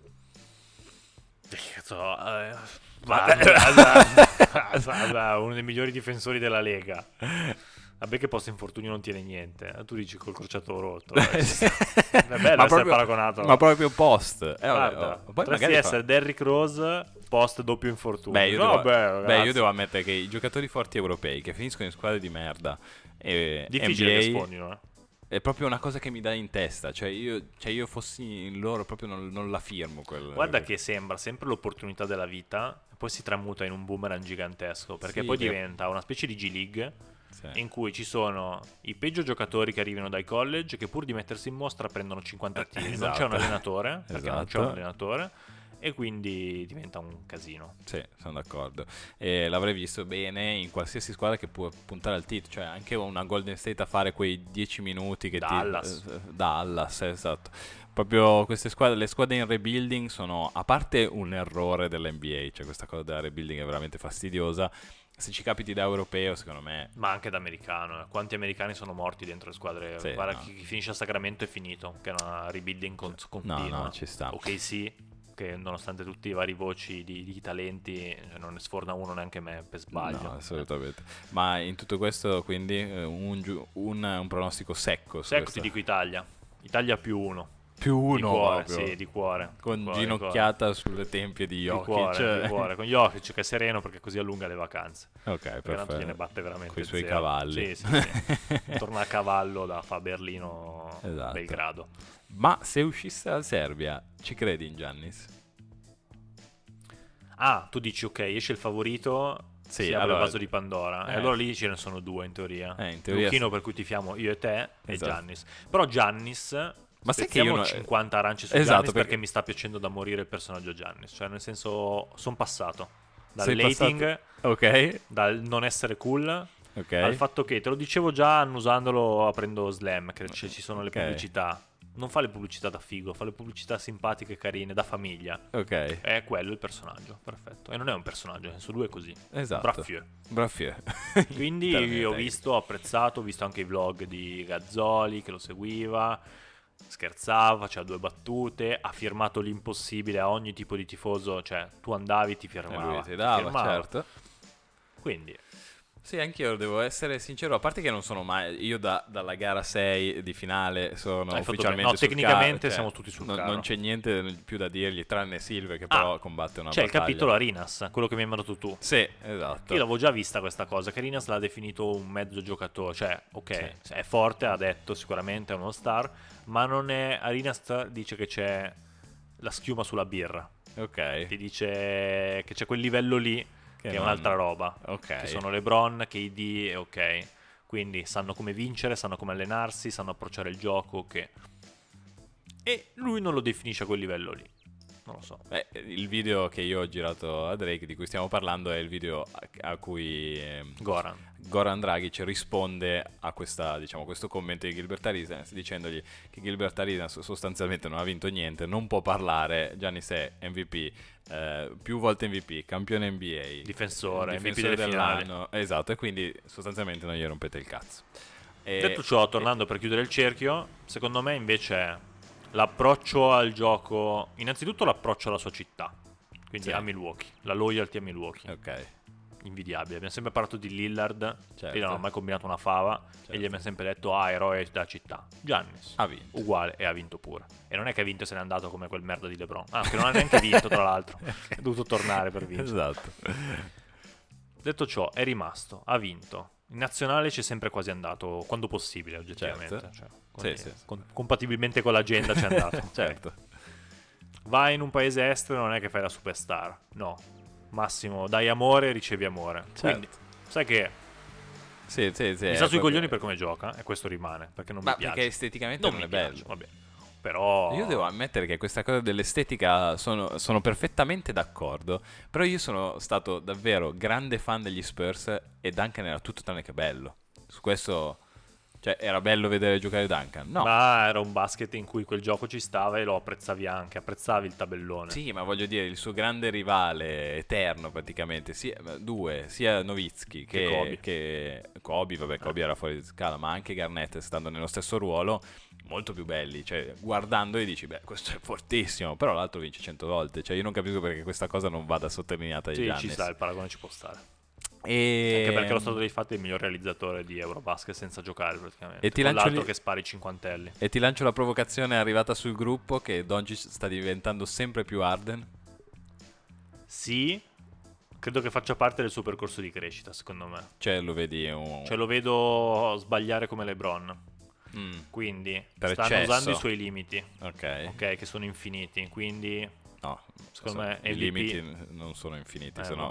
Uno dei migliori difensori della Lega. Vabbè che post infortunio non tiene niente. Tu dici col crociato rotto. È bello essere paragonato. Ma proprio post. Guarda, potresti essere Derrick Rose post doppio infortunio. Io devo ammettere che i giocatori forti europei che finiscono in squadre di merda difficile NBA, che sfondino, è proprio una cosa che mi dà in testa. Cioè io fossi in loro proprio non la firmo Guarda che sembra sempre l'opportunità della vita, poi si tramuta in un boomerang gigantesco, perché poi diventa una specie di G-League in cui ci sono i peggio giocatori che arrivano dai college che pur di mettersi in mostra prendono 50 tiri. Esatto. Non c'è un allenatore, perché non c'è un allenatore, e quindi diventa un casino. Sì, sono d'accordo. E l'avrei visto bene in qualsiasi squadra che può puntare al titolo, cioè anche una Golden State a fare quei 10 minuti che Dallas, esatto. Proprio queste squadre, le squadre in rebuilding sono, a parte un errore dell'NBA, cioè questa cosa della rebuilding è veramente fastidiosa. Se ci capiti da europeo, secondo me... Ma anche da americano. Quanti americani sono morti dentro le squadre? Sì, guarda, chi finisce a Sacramento è finito, che è una rebuilding continua. No, ci sta. Ok, sì, che nonostante tutti i vari voci di talenti, non ne sforna uno neanche me per sbaglio. No, assolutamente. Ma in tutto questo, quindi, un pronostico secco. Secco ti dico Italia. Italia +1. +1 di cuore, proprio. sì, di cuore. Con di cuore, ginocchiata sulle tempie di Jokic. Di cuore, con Jokic che è sereno perché così allunga le vacanze. Ok, perché perfetto. tanto gliene batte veramente con i suoi zero. cavalli. Sì. Torna a cavallo da Berlino, esatto. Belgrado. Ma se uscisse dalla Serbia, ci credi in Giannis? Tu dici ok, esce il favorito, si apre il vaso di Pandora, e allora lì ce ne sono due in teoria. Luchino per cui tifiamo io e te, e Giannis. Però Giannis... Ma sai che io 50 arance su Giannis perché mi sta piacendo da morire il personaggio Giannis. Cioè, nel senso, sono passato dal hating, dal non essere cool, al fatto che, te lo dicevo già annusandolo aprendo Slam, che ci sono le pubblicità. Non fa le pubblicità da figo, fa le pubblicità simpatiche, carine, da famiglia. È quello il personaggio, perfetto. E non è un personaggio, nel senso lui è così. Esatto. Braffieu. Quindi ho visto, ho apprezzato, ho visto anche i vlog di Gazzoli che lo seguiva. Scherzava, faceva 2 battute, ha firmato l'impossibile a ogni tipo di tifoso, cioè tu andavi, ti firmava, certo. Quindi Sì, anch'io devo essere sincero, a parte che non sono mai, io dalla gara 6 di finale sono Hai fatto ufficialmente bene. No, sul tecnicamente cioè, siamo tutti sul carro. non c'è niente più da dirgli, tranne Silve che però combatte una c'è il battaglia. capitolo Arinas, quello che mi hai mandato tu. Sì, esatto. Io l'avevo già vista questa cosa, che Arinas l'ha definito un mezzo giocatore, cioè, ok, Sì. è forte, ha detto sicuramente è uno star, ma non è... Arinas dice che c'è la schiuma sulla birra. Ok. Ti dice che c'è quel livello lì che è non- un'altra roba. Ok. Che sono LeBron, KD e ok. Quindi sanno come vincere, sanno come allenarsi, sanno approcciare il gioco. E lui non lo definisce a quel livello lì. Non lo so. Beh, il video che io ho girato a Drake, di cui stiamo parlando, è il video a cui Goran Dragic risponde a questo commento di Gilbert Arenas, dicendogli che Gilbert Arenas sostanzialmente non ha vinto niente, non può parlare. Giannis è MVP, più volte MVP, campione NBA, difensore MVP delle dell'anno, esatto, e quindi sostanzialmente non gli rompete il cazzo. Detto ciò, tornando per chiudere il cerchio, secondo me invece l'approccio al gioco, innanzitutto l'approccio alla sua città, quindi Sì. a Milwaukee, la loyalty a Milwaukee. Ok. Invidiabile. Abbiamo sempre parlato di Lillard, Certo. e non ha mai combinato una fava, Certo. e gli abbiamo sempre detto eroe della città. Giannis Ha vinto. uguale, e ha vinto pure. E non è che ha vinto e se n'è andato come quel merda di LeBron, che non ha neanche vinto tra l'altro, è dovuto tornare per vincere. Esatto. Detto ciò, è rimasto, ha vinto. In nazionale c'è sempre quasi andato, quando possibile oggettivamente. Certo. Cioè, Sì. compatibilmente con l'agenda c'è andato. Certo. Vai in un paese estero, non è che fai la superstar, no. Massimo, dai amore, ricevi amore. Certo. Quindi, sai che Sì, mi sta sui proprio- coglioni per come gioca, e questo rimane, perché non Ma mi piace. perché esteticamente non mi è piace, bello. vabbè. Però Io devo ammettere che questa cosa dell'estetica sono perfettamente d'accordo, però io sono stato davvero grande fan degli Spurs e Duncan era tutto tranne che bello. Su questo, cioè, era bello vedere giocare Duncan? No. Ma era un basket in cui quel gioco ci stava e lo apprezzavi anche, apprezzavi il tabellone. Sì, ma voglio dire, il suo grande rivale eterno praticamente, sia Nowitzki che Kobe, vabbè, Kobe era fuori di scala, ma anche Garnett stando nello stesso ruolo, molto più belli, cioè guardandoli dici, beh, questo è fortissimo, però l'altro vince 100 volte, cioè io non capisco perché questa cosa non vada sottolineata di Sì, Giannis. ci sta, il paragone ci può stare. E... Anche perché lo stato dei fatti è il miglior realizzatore di Eurobasket senza giocare praticamente. E ti Con lancio l'altro lì- che spara i cinquantelli. E ti lancio la provocazione arrivata sul gruppo che Doncic sta diventando sempre più Harden. Sì, credo che faccia parte del suo percorso di crescita, secondo me. Cioè lo vedi un... Cioè lo vedo sbagliare come LeBron. Mm, Quindi Per stanno eccesso. usando i suoi limiti, ok. ok, che sono infiniti. Quindi No, secondo me i MVP limiti non sono infiniti, sennò...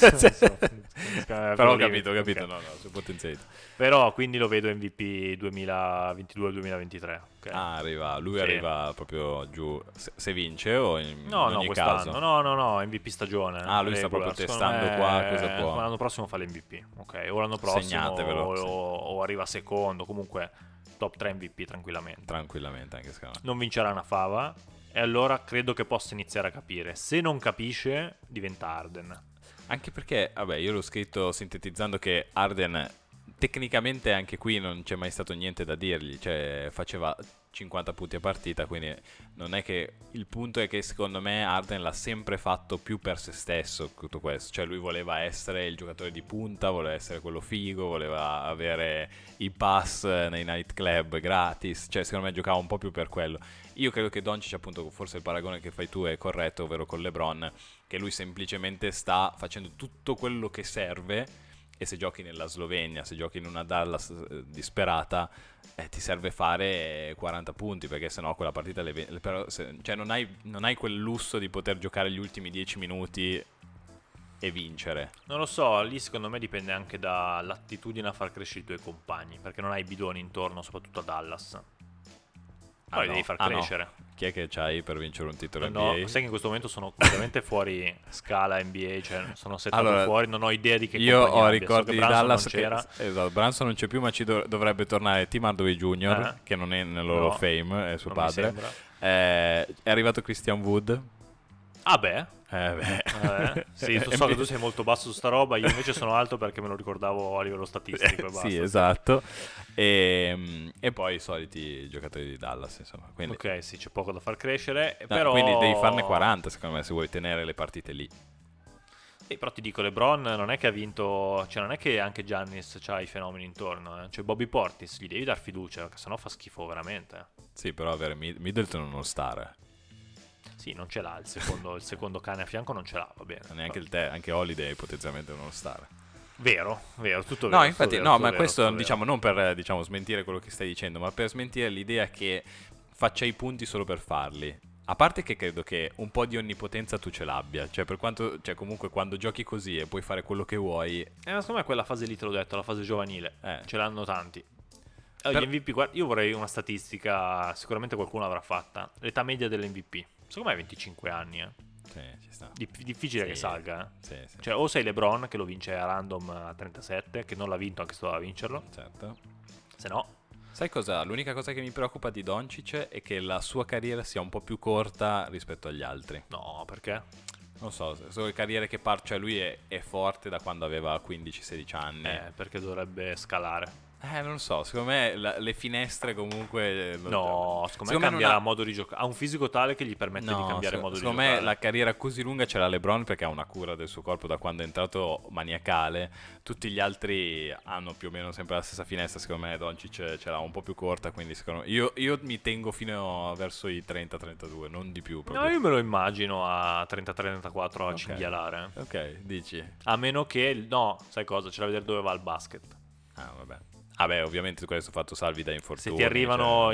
Però Però ho capito, ok. no, su potenzialità. Però quindi lo vedo MVP 2022-2023. ok? Lui Sì. arriva proprio giù se vince o in No, ogni quest'anno. caso? No, MVP stagione. Lui sta proprio regular. Secondo testando me, qua cosa può. L'anno prossimo fa l'MVP, ok? O l'anno prossimo Segnatevelo, o arriva secondo, comunque top 3 MVP tranquillamente. Tranquillamente, anche secondo me. Non vincerà una fava e allora credo che possa iniziare a capire. Se non capisce, diventa Harden. Anche perché, vabbè, io l'ho scritto sintetizzando che Harden tecnicamente anche qui non c'è mai stato niente da dirgli, cioè faceva 50 punti a partita, quindi non è che il punto è che secondo me Harden l'ha sempre fatto più per se stesso tutto questo, cioè lui voleva essere il giocatore di punta, voleva essere quello figo, voleva avere i pass nei nightclub gratis, cioè secondo me giocava un po' più per quello. Io credo che Doncic, appunto, forse il paragone che fai tu è corretto, ovvero con LeBron, che lui semplicemente sta facendo tutto quello che serve. E se giochi nella Slovenia, se giochi in una Dallas disperata, ti serve fare 40 punti, perché sennò quella partita cioè non hai quel lusso di poter giocare gli ultimi 10 minuti e vincere. Non lo so, lì secondo me dipende anche dall'attitudine a far crescere i tuoi compagni, perché non hai bidoni intorno, soprattutto a Dallas. Poi devi far crescere. No. Chi è che c'hai per vincere un titolo No, NBA? sai che in questo momento sono completamente fuori scala NBA, cioè sono settato Allora, fuori, non ho idea di che io compagnia ho abbia. ricordi So che di Brunson Dallas non c'era. esatto, Brunson non c'è più, ma ci dovrebbe tornare Tim Hardaway Jr., che non è nell'Hall of Fame, è suo non mi padre. sembra. È arrivato Christian Wood. Ah beh, Beh. sì, so che tu sei molto basso su sta roba, io invece sono alto perché me lo ricordavo a livello statistico e basta. Sì, esatto. E poi i soliti giocatori di Dallas, insomma. Quindi, Ok, sì, c'è poco da far crescere, no, però... quindi devi farne 40, secondo me, se vuoi tenere le partite lì. Però ti dico, LeBron non è che ha vinto, cioè non è che anche Giannis c'ha i fenomeni intorno, Cioè Bobby Portis, gli devi dar fiducia, perché sennò fa schifo veramente. Sì, però avere Middleton è uno star. Sì, non ce l'ha il secondo cane a fianco, non ce l'ha, va bene. Neanche anche Holiday è potenzialmente uno star. Vero, tutto vero. No, infatti, vero, no, tutto ma vero, questo tutto diciamo non per diciamo smentire quello che stai dicendo, ma per smentire l'idea che faccia i punti solo per farli. A parte che credo che un po' di onnipotenza tu ce l'abbia, cioè per quanto, cioè comunque quando giochi così e puoi fare quello che vuoi. Secondo me quella fase lì te l'ho detto, la fase giovanile, ce l'hanno tanti. Gli MVP, guarda, io vorrei una statistica, sicuramente qualcuno l'avrà fatta. L'età media dell'MVP, secondo me è 25 anni, Sì, ci sta. Difficile che salga, Sì. Cioè o sei LeBron che lo vince a random a 37, che non l'ha vinto anche se doveva vincerlo. Certo. Se no. Sai cosa? L'unica cosa che mi preoccupa di Doncic è che la sua carriera sia un po' più corta rispetto agli altri. No, perché? Non so, sono le carriere che cioè lui è forte da quando aveva 15-16 anni. Perché dovrebbe scalare. Non lo so, secondo me le finestre comunque. No, secondo me cambierà modo di giocare. Ha un fisico tale che gli permette di cambiare modo di giocare. Secondo me la carriera così lunga ce l'ha LeBron perché ha una cura del suo corpo da quando è entrato maniacale. Tutti gli altri hanno più o meno sempre la stessa finestra. Secondo me Doncic ce l'ha un po' più corta. Quindi secondo me io mi tengo fino verso i 30-32, non di più. Proprio. No, io me lo immagino a 33-34 a cinghialare. Ok, dici. A meno che, no, sai cosa? C'è da vedere dove va il basket. Ah, vabbè. Vabbè, ovviamente questo fatto salvi da infortuni. Se ti arrivano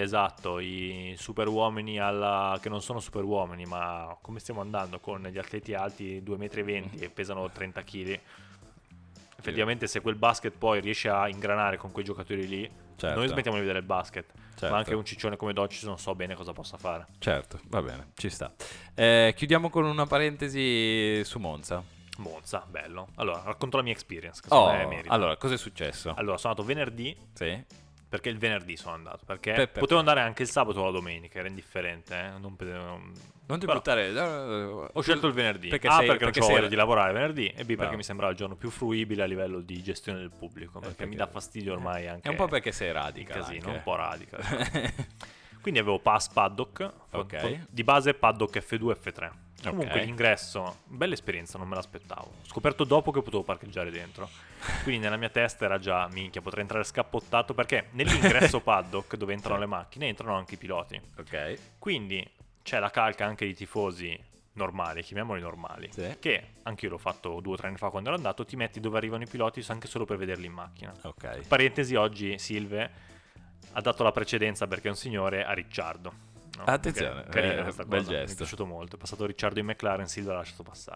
i super uomini che non sono super uomini, ma come stiamo andando con gli atleti alti 2,20 m e pesano 30 kg, effettivamente se quel basket poi riesce a ingranare con quei giocatori lì, noi smettiamo di vedere il basket. Ma anche un ciccione come Doncic non so bene cosa possa fare. Certo, va bene, ci sta. Chiudiamo con una parentesi su Monza. Monza, bello. Allora, racconto la mia experience, che secondo me merita. Allora, cosa è successo? Allora, sono andato venerdì. Sì. Perché il venerdì sono andato. Perché potevo andare anche il sabato o la domenica, era indifferente. Non ti buttare. Ho scelto il venerdì. Perché perché non ho voglia di lavorare venerdì. E B, perché mi sembrava il giorno più fruibile a livello di gestione del pubblico. Perché mi dà fastidio ormai anche. È un po' perché sei radical. Casino, un po' radical. Quindi avevo pass paddock. Di base paddock F2 F3. Comunque l'ingresso, bella esperienza, non me l'aspettavo. Ho scoperto dopo che potevo parcheggiare dentro. Quindi nella mia testa era già, minchia, potrei entrare scappottato. Perché nell'ingresso paddock, dove entrano le macchine, entrano anche i piloti. Ok. Quindi c'è la calca anche di tifosi normali, chiamiamoli normali. Che anche io l'ho fatto 2 o 3 anni fa quando ero andato. Ti metti dove arrivano i piloti anche solo per vederli in macchina. Ok. Parentesi, oggi Silve ha dato la precedenza perché è un signore a Ricciardo. No? Attenzione, carina questa bel cosa, gesto. mi è piaciuto molto. È passato Ricciardo in McLaren, Silva l'ha lasciato passare.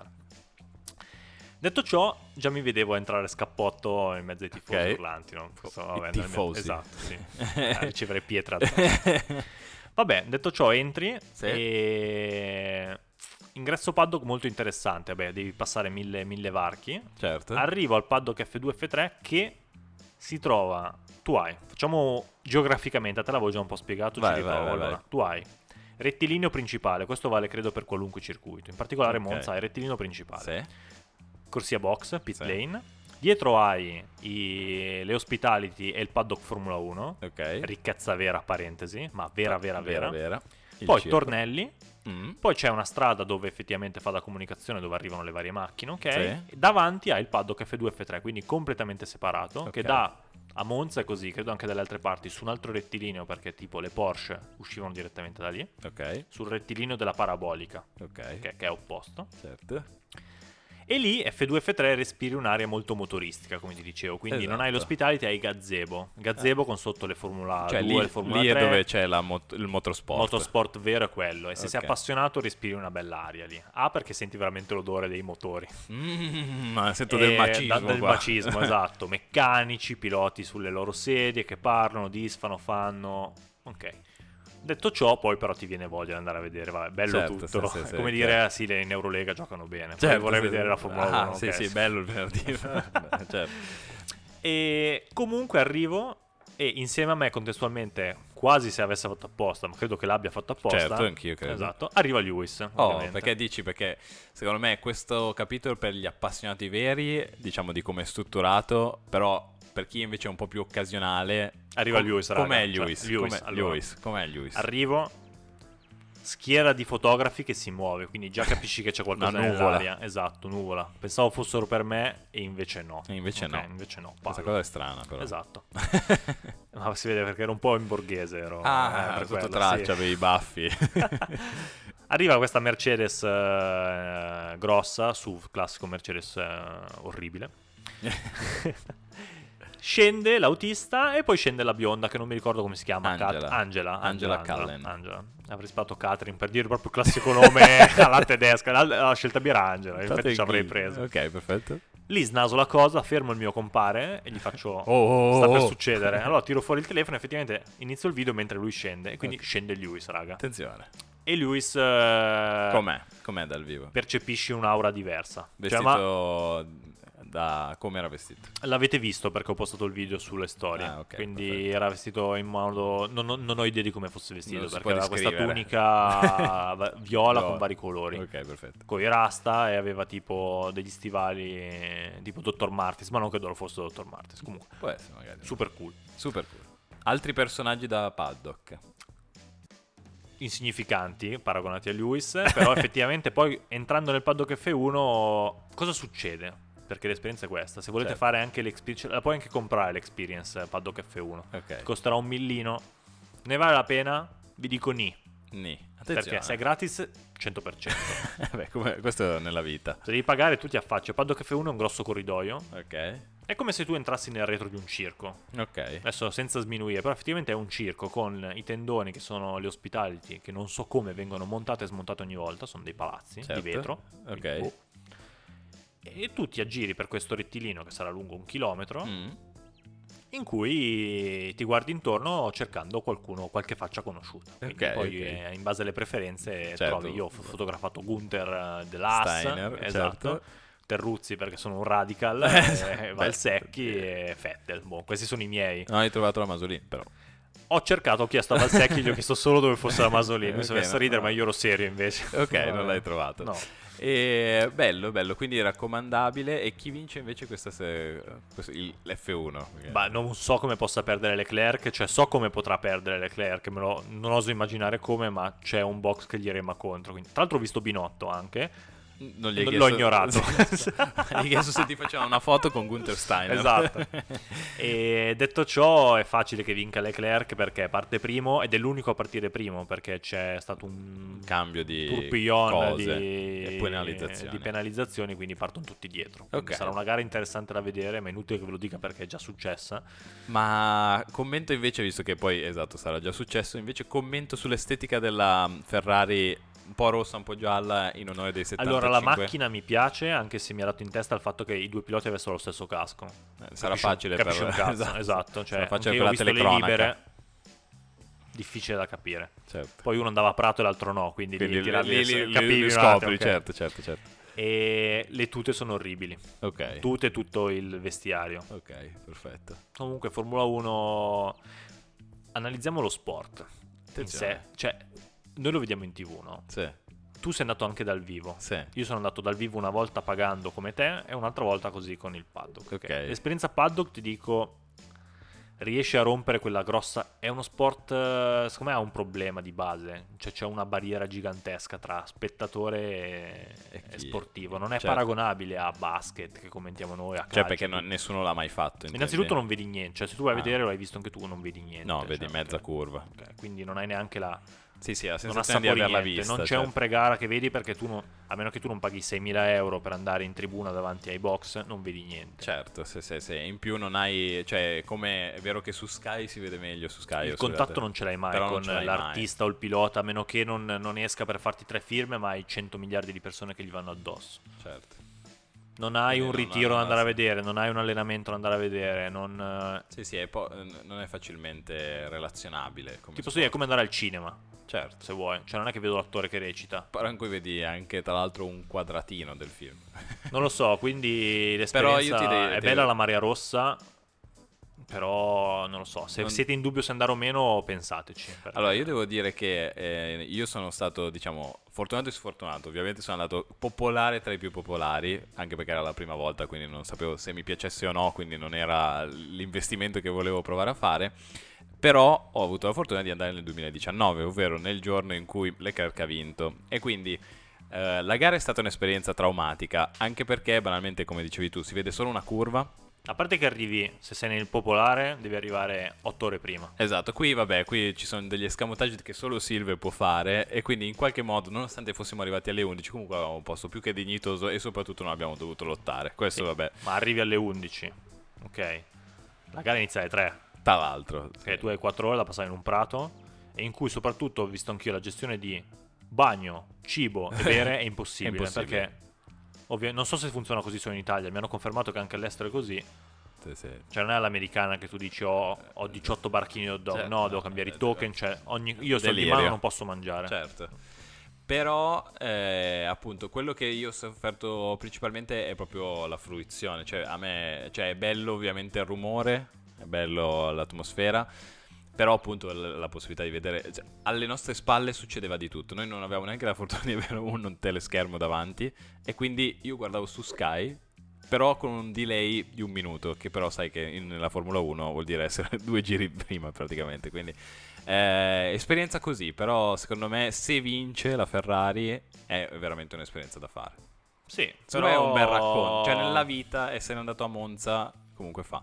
Detto ciò, già mi vedevo a entrare scappotto in mezzo ai tifosi urlanti, no? Tifosi. Esatto, sì. A ricevere pietre addosso. Vabbè, detto ciò, entri e ingresso paddock molto interessante. Vabbè, devi passare mille varchi. Certo. Arrivo al paddock F2 F3 che si trova. Facciamo geograficamente, a te l'avevo già un po' spiegato, ci riprovo. Allora, tu hai rettilineo principale, questo vale credo per qualunque circuito, in particolare Monza è rettilineo principale. Corsia box, pit lane. Dietro hai le hospitality e il paddock Formula 1. Ricchezza vera, parentesi, ma vera. Poi tornelli. Poi c'è una strada dove effettivamente fa da comunicazione, dove arrivano le varie macchine, E davanti hai il paddock F2 F3, quindi completamente separato, che a Monza è così, credo anche dalle altre parti, su un altro rettilineo, perché tipo le Porsche uscivano direttamente da lì, sul rettilineo della parabolica, che è opposto. Certo. E lì F2 F3 respiri un'area molto motoristica, come ti dicevo, quindi non hai l'hospitality, hai gazebo con sotto le Formula 2 e le Formula 3. Lì è dove c'è il motorsport. Motorsport vero è quello, e se sei appassionato respiri una bella aria lì. Perché senti veramente l'odore dei motori. Sento del macismo del macismo, esatto. Meccanici, piloti sulle loro sedie che parlano, disfano, fanno. Ok. Detto ciò, poi però ti viene voglia di andare a vedere, vabbè, bello tutto. Come dire, sì, in Eurolega giocano bene. Vorrei vedere la Formula 1. Sì, bello il venerdì. Certo. E comunque arrivo e insieme a me contestualmente, quasi se avesse fatto apposta, ma credo che l'abbia fatto apposta. Certo, anch'io credo. Esatto, arriva Lewis. Perché secondo me questo capitolo per gli appassionati veri, diciamo di come è strutturato, però per chi invece è un po' più occasionale arriva Lewis. Com'è Lewis? Com'è Lewis? Arrivo, schiera di fotografi che si muove, quindi già capisci che c'è qualcosa Una nuvola. nell'aria. Esatto, nuvola. Pensavo fossero per me e invece no. Invece no. Invece no. Questa Paolo. cosa è strana, però. Esatto. Ma si vede perché ero un po' in borghese. Ero, per sotto quello, traccia, sì. avevi i baffi. Arriva questa Mercedes grossa, SUV, classico Mercedes orribile. Scende l'autista e poi scende la bionda che non mi ricordo come si chiama. Angela Cullen. Angela. Avrei sparato Catherine per dire proprio il classico nome alla tedesca. La scelta B era Angela, infatti ci avrei preso. Ok, perfetto. Lì snaso la cosa, fermo il mio compare e gli faccio sta per succedere. Allora tiro fuori il telefono e effettivamente inizio il video mentre lui scende. E quindi scende Lewis, raga. Attenzione. E Lewis Com'è dal vivo? percepisci un'aura diversa. Vestito come era vestito? L'avete visto perché ho postato il video sulle storie. Ok, quindi perfetto. era vestito in modo. Non ho idea di come fosse vestito Non si perché può aveva questa descrivere. tunica viola con vari colori. Ok, perfetto. Con i rasta e aveva tipo degli stivali tipo Dr. Martens. Ma non credo lo fosse Dr. Martens. Comunque, Può essere magari. super cool. Super cool. Altri personaggi da paddock? Insignificanti paragonati a Lewis. Però effettivamente poi entrando nel paddock F1 cosa succede? Perché l'esperienza è questa. Se volete Certo. fare anche l'experience, la puoi anche comprare l'experience paddock F1. Ok. Costerà $1 millino. Ne vale la pena? Vi dico ni. Attenzione. Perché se è gratis 100%. Vabbè, questo nella vita. Se devi pagare tu ti affacci. Paddock F1 è un grosso corridoio. Ok. È come se tu entrassi nel retro di un circo. Ok. Adesso senza sminuire, però effettivamente è un circo con i tendoni che sono le hospitality, che non so come vengono montate e smontate ogni volta, sono dei palazzi Certo. di vetro. Ok. Quindi, boh. E tu ti aggiri per questo rettilineo che sarà lungo 1 chilometro, in cui ti guardi intorno cercando qualche faccia conosciuta. Quindi Ok, poi ok. in base alle preferenze Certo. trovi. Io ho fotografato Gunther dell'Haas, Steiner, esatto. certo. Terruzzi perché sono un radical, Valsecchi e Vettel. Boh, questi sono i miei. Non hai trovato la Masolin, però. Ho chiesto a Valsecchi, gli ho chiesto solo dove fosse la Masolini. Mi sono Ok, messo a ridere, ma io ero serio invece. Ok, No, non l'hai trovato. No. E bello, quindi raccomandabile. E chi vince invece l'F1? Ma non so come possa perdere Leclerc, cioè so come potrà perdere Leclerc, non oso immaginare come, ma c'è un box che gli rema contro. Quindi, tra l'altro ho visto Binotto anche. Non gli hai L'ho chiesto- ignorato. Gli hai chiesto se ti faceva una foto con Gunther Steiner. Esatto. E detto ciò è facile che vinca Leclerc perché parte primo ed è l'unico a partire primo perché c'è stato un Cambio di tourbillon cose e di penalizzazioni, quindi partono tutti dietro. Quindi Ok. sarà una gara interessante da vedere, ma è inutile che ve lo dica perché è già successa. Ma commento invece, visto che poi esatto sarà già successo, invece commento sull'estetica della Ferrari un po' rossa, un po' gialla in onore dei 75. Allora la macchina mi piace, anche se mi ha dato in testa il fatto che i due piloti avessero lo stesso casco. Sarà facile capisci per un cazzo, esatto, cioè sarà facile anche per io ho la visto le telecronaca. libere, difficile da capire. Certo. Poi uno andava a Prato e l'altro no, quindi Quindi lì li capivi un attimo, scopri, ok. certo. E le tute sono orribili. Ok. Tute e tutto il vestiario. Ok, perfetto. Comunque Formula 1, analizziamo lo sport in Attenzione. sé. Cioè, noi lo vediamo in TV, no? Sì. Tu sei andato anche dal vivo. Sì. Io sono andato dal vivo una volta pagando come te e un'altra volta così con il paddock. Ok. L'esperienza paddock, ti dico, riesce a rompere quella grossa. È uno sport, secondo me ha un problema di base. Cioè c'è una barriera gigantesca tra spettatore e sportivo. Non è Certo. paragonabile a basket che commentiamo noi, a calcio. Cioè perché nessuno l'ha mai fatto. intendi? Innanzitutto non vedi niente. Cioè se tu vai a Ah. vedere, lo hai visto anche tu, non vedi niente. No, vedi Cioè, mezza ok. curva. Ok, quindi non hai neanche la... Sì, la non sensazione di assapori averla niente, vista. non c'è certo. un pre-gara che vedi perché tu a meno che tu non paghi 6.000 euro per andare in tribuna davanti ai box, non vedi niente. Certo, se in più non hai, cioè come è vero che su Sky si vede meglio su Sky. Il contatto non ce l'hai mai Però non con ce l'hai l'artista o il pilota, a meno che non esca per farti 3 firme, ma hai 100 miliardi di persone che gli vanno addosso. mai. Certo. Non hai un non ritiro ha- da andare a vedere, non hai un allenamento da andare a vedere, Sì, non è facilmente relazionabile. Come tipo sì, è come andare al cinema, Certo. se vuoi. Cioè non è che vedo l'attore che recita. Però in cui vedi anche tra l'altro un quadratino del film. Non lo so, quindi Però l'esperienza io è bella la marea rossa, però non lo so, se siete in dubbio se andare o meno pensateci. perché- Allora, io devo dire che io sono stato, diciamo, fortunato e sfortunato. Ovviamente sono andato popolare tra i più popolari, anche perché era la prima volta, quindi non sapevo se mi piacesse o no, quindi non era l'investimento che volevo provare a fare. Però ho avuto la fortuna di andare nel 2019, ovvero nel giorno in cui Leclerc ha vinto. E quindi la gara è stata un'esperienza traumatica, anche perché banalmente, come dicevi tu, si vede solo una curva. A parte che arrivi, se sei nel popolare, devi arrivare 8 ore prima. Esatto, qui ci sono degli escamotage che solo Silver può fare, e quindi in qualche modo, nonostante fossimo arrivati alle 11, comunque avevamo un posto più che dignitoso e soprattutto non abbiamo dovuto lottare. Questo Sì, vabbè, ma arrivi alle 11, ok? La gara inizia alle 3, tra l'altro. che tu hai 4 ore da passare in un prato, e in cui soprattutto ho visto anch'io la gestione di bagno, cibo e bere è impossibile, È impossibile. perché non so se funziona così solo in Italia, mi hanno confermato che anche all'estero è così. Sì. Cioè non è all'americana che tu dici ho 18 barchini hot dog, Certo, no, devo cambiare i token, cioè io sto di Delirio. mano non posso mangiare. Certo. Però, appunto, quello che io ho sofferto principalmente è proprio la fruizione. Cioè, a me, cioè, è bello ovviamente il rumore, è bello l'atmosfera, però appunto la possibilità di vedere, cioè, alle nostre spalle succedeva di tutto. Noi non avevamo neanche la fortuna di avere un teleschermo davanti, e quindi io guardavo su Sky, però con un delay di 1 minuto, che però sai che nella Formula 1 vuol dire essere 2 giri prima praticamente, quindi esperienza così. Però secondo me, se vince la Ferrari, è veramente un'esperienza da fare. Sì, Però però è un bel racconto, cioè nella vita essere andato a Monza comunque fa.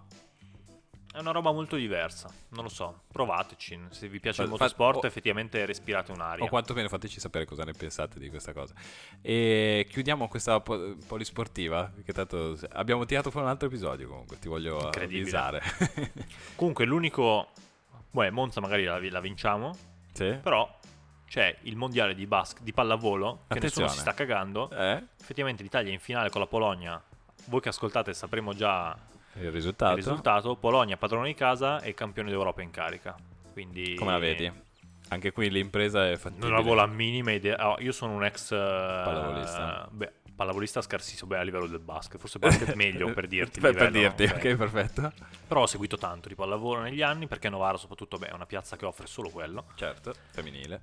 è una roba molto diversa, non lo so, provateci, se vi piace il Fa- motorsport o- effettivamente respirate un'aria. O quantomeno fateci sapere cosa ne pensate di questa cosa. E chiudiamo questa polisportiva, che tanto abbiamo tirato fuori un altro episodio, comunque ti voglio Incredibile. avvisare. Comunque l'unico, Monza magari la vinciamo, Sì? però c'è il mondiale di pallavolo, che nessuno Attenzione. si sta cagando. Effettivamente l'Italia è in finale con la Polonia, voi che ascoltate sapremo già Il risultato? il risultato. Polonia padrone di casa e campione d'Europa in carica, quindi Come la vedi? Anche qui l'impresa è fattibile. non avevo la minima idea. Io sono un ex Pallavolista. pallavolista scarsissimo, a livello del basket, forse basket meglio per dirti il Per livello, dirti, ok, perfetto. Però ho seguito tanto di pallavolo negli anni, perché Novara soprattutto è una piazza che offre solo quello. Certo, femminile.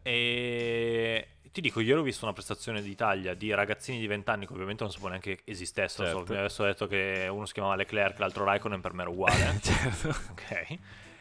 E ti dico, ieri ho visto una prestazione d'Italia di ragazzini di 20 anni che ovviamente non sapevo neanche esistessero. Certo. Mi adesso ho detto che uno si chiamava Leclerc, l'altro Raikkonen, per me era uguale. Certo. Ok.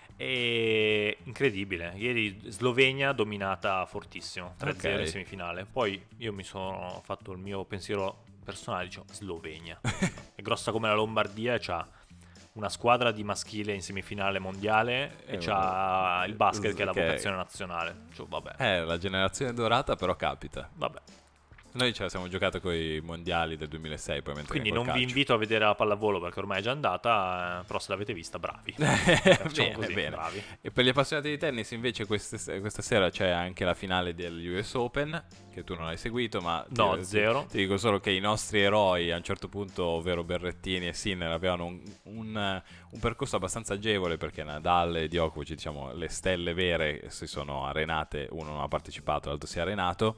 E incredibile, ieri Slovenia dominata fortissimo, 3-0 Ok. in semifinale. Poi io mi sono fatto il mio pensiero personale, dicevo Slovenia è grossa come la Lombardia e c'ha una squadra di maschile in semifinale mondiale e c'ha il basket che è la Ok. vocazione nazionale. Cioè, vabbè, La generazione dorata, però capita. vabbè. Noi ce la siamo giocata con i mondiali del 2006, poi mentre Quindi col non vi calcio. invito a vedere la pallavolo perché ormai è già andata, però se l'avete vista, bravi. Facciamo Bene, così, bene. bravi. E per gli appassionati di tennis invece questa sera c'è anche la finale degli US Open, che tu non hai seguito, ma No, zero. ti dico solo che i nostri eroi a un certo punto, ovvero Berrettini e Sinner, avevano un percorso abbastanza agevole, perché Nadal e Djokovic, diciamo le stelle vere, si sono arenate, uno non ha partecipato, l'altro si è arenato.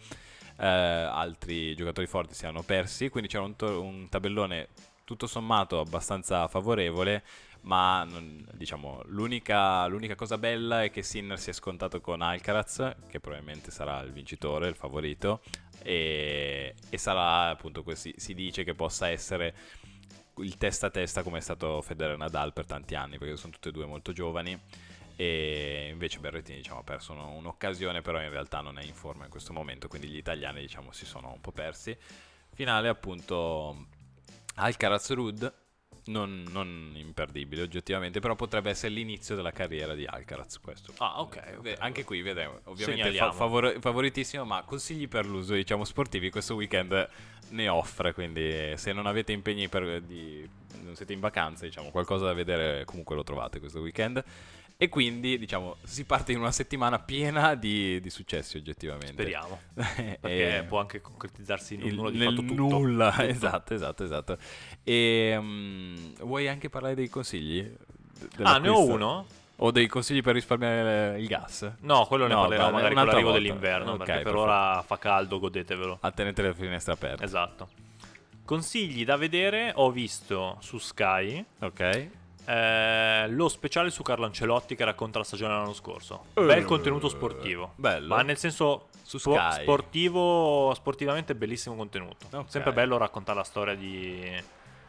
Altri giocatori forti si hanno persi, quindi c'era un tabellone tutto sommato abbastanza favorevole, ma diciamo l'unica cosa bella è che Sinner si è scontato con Alcaraz, che probabilmente sarà il vincitore, il favorito, e sarà appunto si dice che possa essere il testa a testa come è stato Federer e Nadal per tanti anni, perché sono tutti e due molto giovani. E invece Berrettini, diciamo, ha perso un'occasione, però in realtà non è in forma in questo momento, quindi gli italiani, diciamo, si sono un po' persi. Finale appunto Alcaraz-Ruud, non imperdibile oggettivamente, però potrebbe essere l'inizio della carriera di Alcaraz, questo. Ok. Anche qui vedremo, ovviamente Segnaliamo. favoritissimo, ma consigli per l'uso, diciamo, sportivi questo weekend ne offre, quindi se non avete impegni non siete in vacanza, diciamo, qualcosa da vedere comunque lo trovate questo weekend. E quindi, diciamo, si parte in una settimana piena di successi, oggettivamente. Speriamo. Perché può anche concretizzarsi in un nulla di nel fatto tutto. nulla, Tutto. esatto. E vuoi anche parlare dei consigli? Ne ho uno? O dei consigli per risparmiare il gas? No, quello ne parlerò magari con un'altra l'arrivo volta. dell'inverno, Ok, perché per perfetto. ora fa caldo, godetevelo. Tenete le finestre aperte. Esatto. Consigli da vedere, ho visto su Sky Ok. lo speciale su Carlo Ancelotti che racconta la stagione dell'anno scorso. Bel contenuto sportivo. Bello. Ma nel senso Su Sky. sportivamente bellissimo contenuto. Ok. Sempre bello raccontare la storia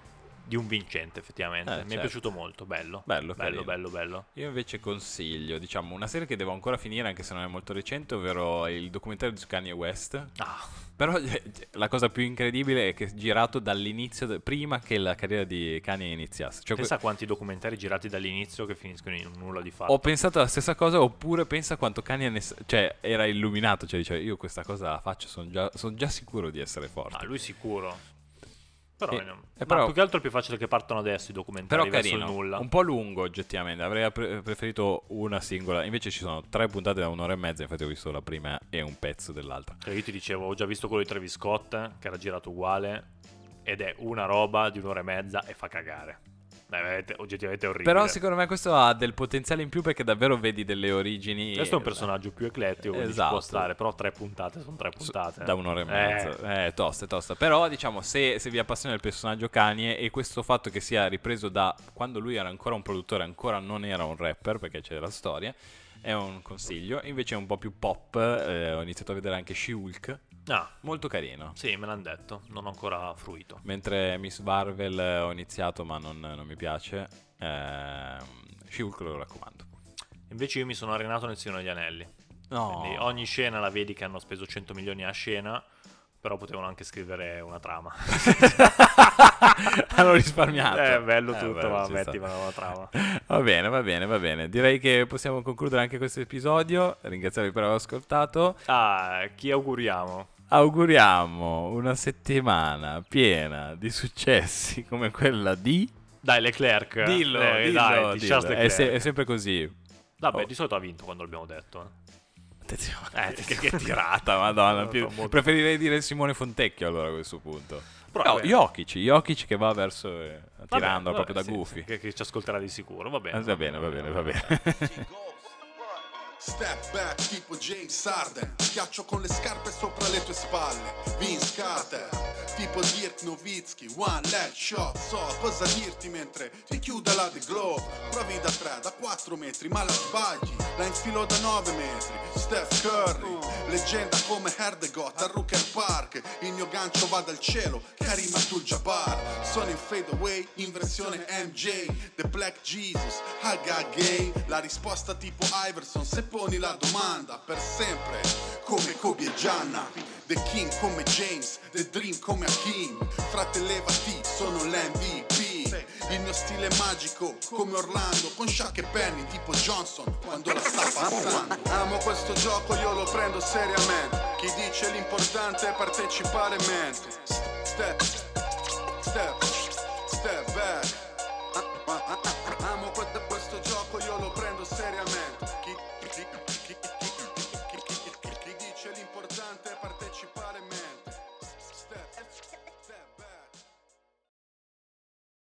di un vincente, effettivamente. Mi certo. è piaciuto molto, bello. Bello. Bello. Io invece consiglio, diciamo, una serie che devo ancora finire, anche se non è molto recente, ovvero il documentario su Kanye West. Però la cosa più incredibile è che è girato dall'inizio, prima che la carriera di Kanye iniziasse. Cioè, Pensa a quanti documentari girati dall'inizio che finiscono in un nulla di fatto. ho pensato la stessa cosa, oppure pensa quanto Kanye cioè, era illuminato, cioè dice io questa cosa la faccio, sono già sicuro di essere forte. Lui sicuro. Però, però più che altro è più facile che partano adesso i documentari però verso carino, il nulla. un po' lungo oggettivamente, avrei preferito una singola, invece ci sono 3 puntate da 1 ora e mezza, infatti ho visto la prima e un pezzo dell'altra. Io ti dicevo, ho già visto quello di Travis Scott, che era girato uguale, ed è una roba di 1 ora e mezza e fa cagare. Oggettivamente è orribile. Però secondo me questo ha del potenziale in più, perché davvero vedi delle origini. Questo è un personaggio più eclettico, quindi ci può stare, però 3 puntate sono 3 puntate. Da 1 ora e mezza. È tosta. Però diciamo, se vi appassiona il personaggio Kanye, e questo fatto che sia ripreso da quando lui era ancora un produttore, ancora non era un rapper, perché c'è la storia, è un consiglio. Invece è un po' più pop, ho iniziato a vedere anche She-Hulk. Molto carino. Sì, me l'hanno detto, non ho ancora fruito. Mentre Miss Marvel ho iniziato, ma non mi piace. She-Hulk lo raccomando. Invece io mi sono arenato nel Signore degli Anelli. No. Quindi ogni scena la vedi che hanno speso 100 milioni a scena, però potevano anche scrivere una trama. Hanno risparmiato. È bello tutto, ma mettivano una trama. Va bene. Direi che possiamo concludere anche questo episodio. Ringraziarvi per aver ascoltato. Chi auguriamo? Auguriamo una settimana piena di successi come quella di... Dai, Leclerc. Dillo. Charles Leclerc. È sempre così. Vabbè, di solito ha vinto quando l'abbiamo detto. Attenzione. Che tirata, madonna. Preferirei dire Simone Fontecchio allora a questo punto. Jokic che va verso tirando proprio da Goofy. Che ci ascolterà di sicuro. Va bene. Va bene. Step back tipo James Harden, schiaccio con le scarpe sopra le tue spalle. Vince Carter, tipo Dirk Nowitzki, one leg shot. So cosa dirti mentre ti chiuda la The Glove. Provi da 3, da 4 metri, ma la sbagli. La infilo da 9 metri. Steph Curry, leggenda come Herdegot a Rooker Park. Il mio gancio va dal cielo, Karim Abdul-Jabbar. Sono in fade away, in versione MJ. The Black Jesus, Haga Gay. La risposta tipo Iverson, se poni la domanda per sempre, come Kobe e Gianna. The King come James, The Dream come Hakim. Frate levati, sono l'MVP. Il mio stile è magico come Orlando, con Shaq e Penny tipo Johnson quando la sta passando. Amo questo gioco, io lo prendo seriamente. Chi dice l'importante è partecipare mente. Step back. Amo questo gioco, io lo prendo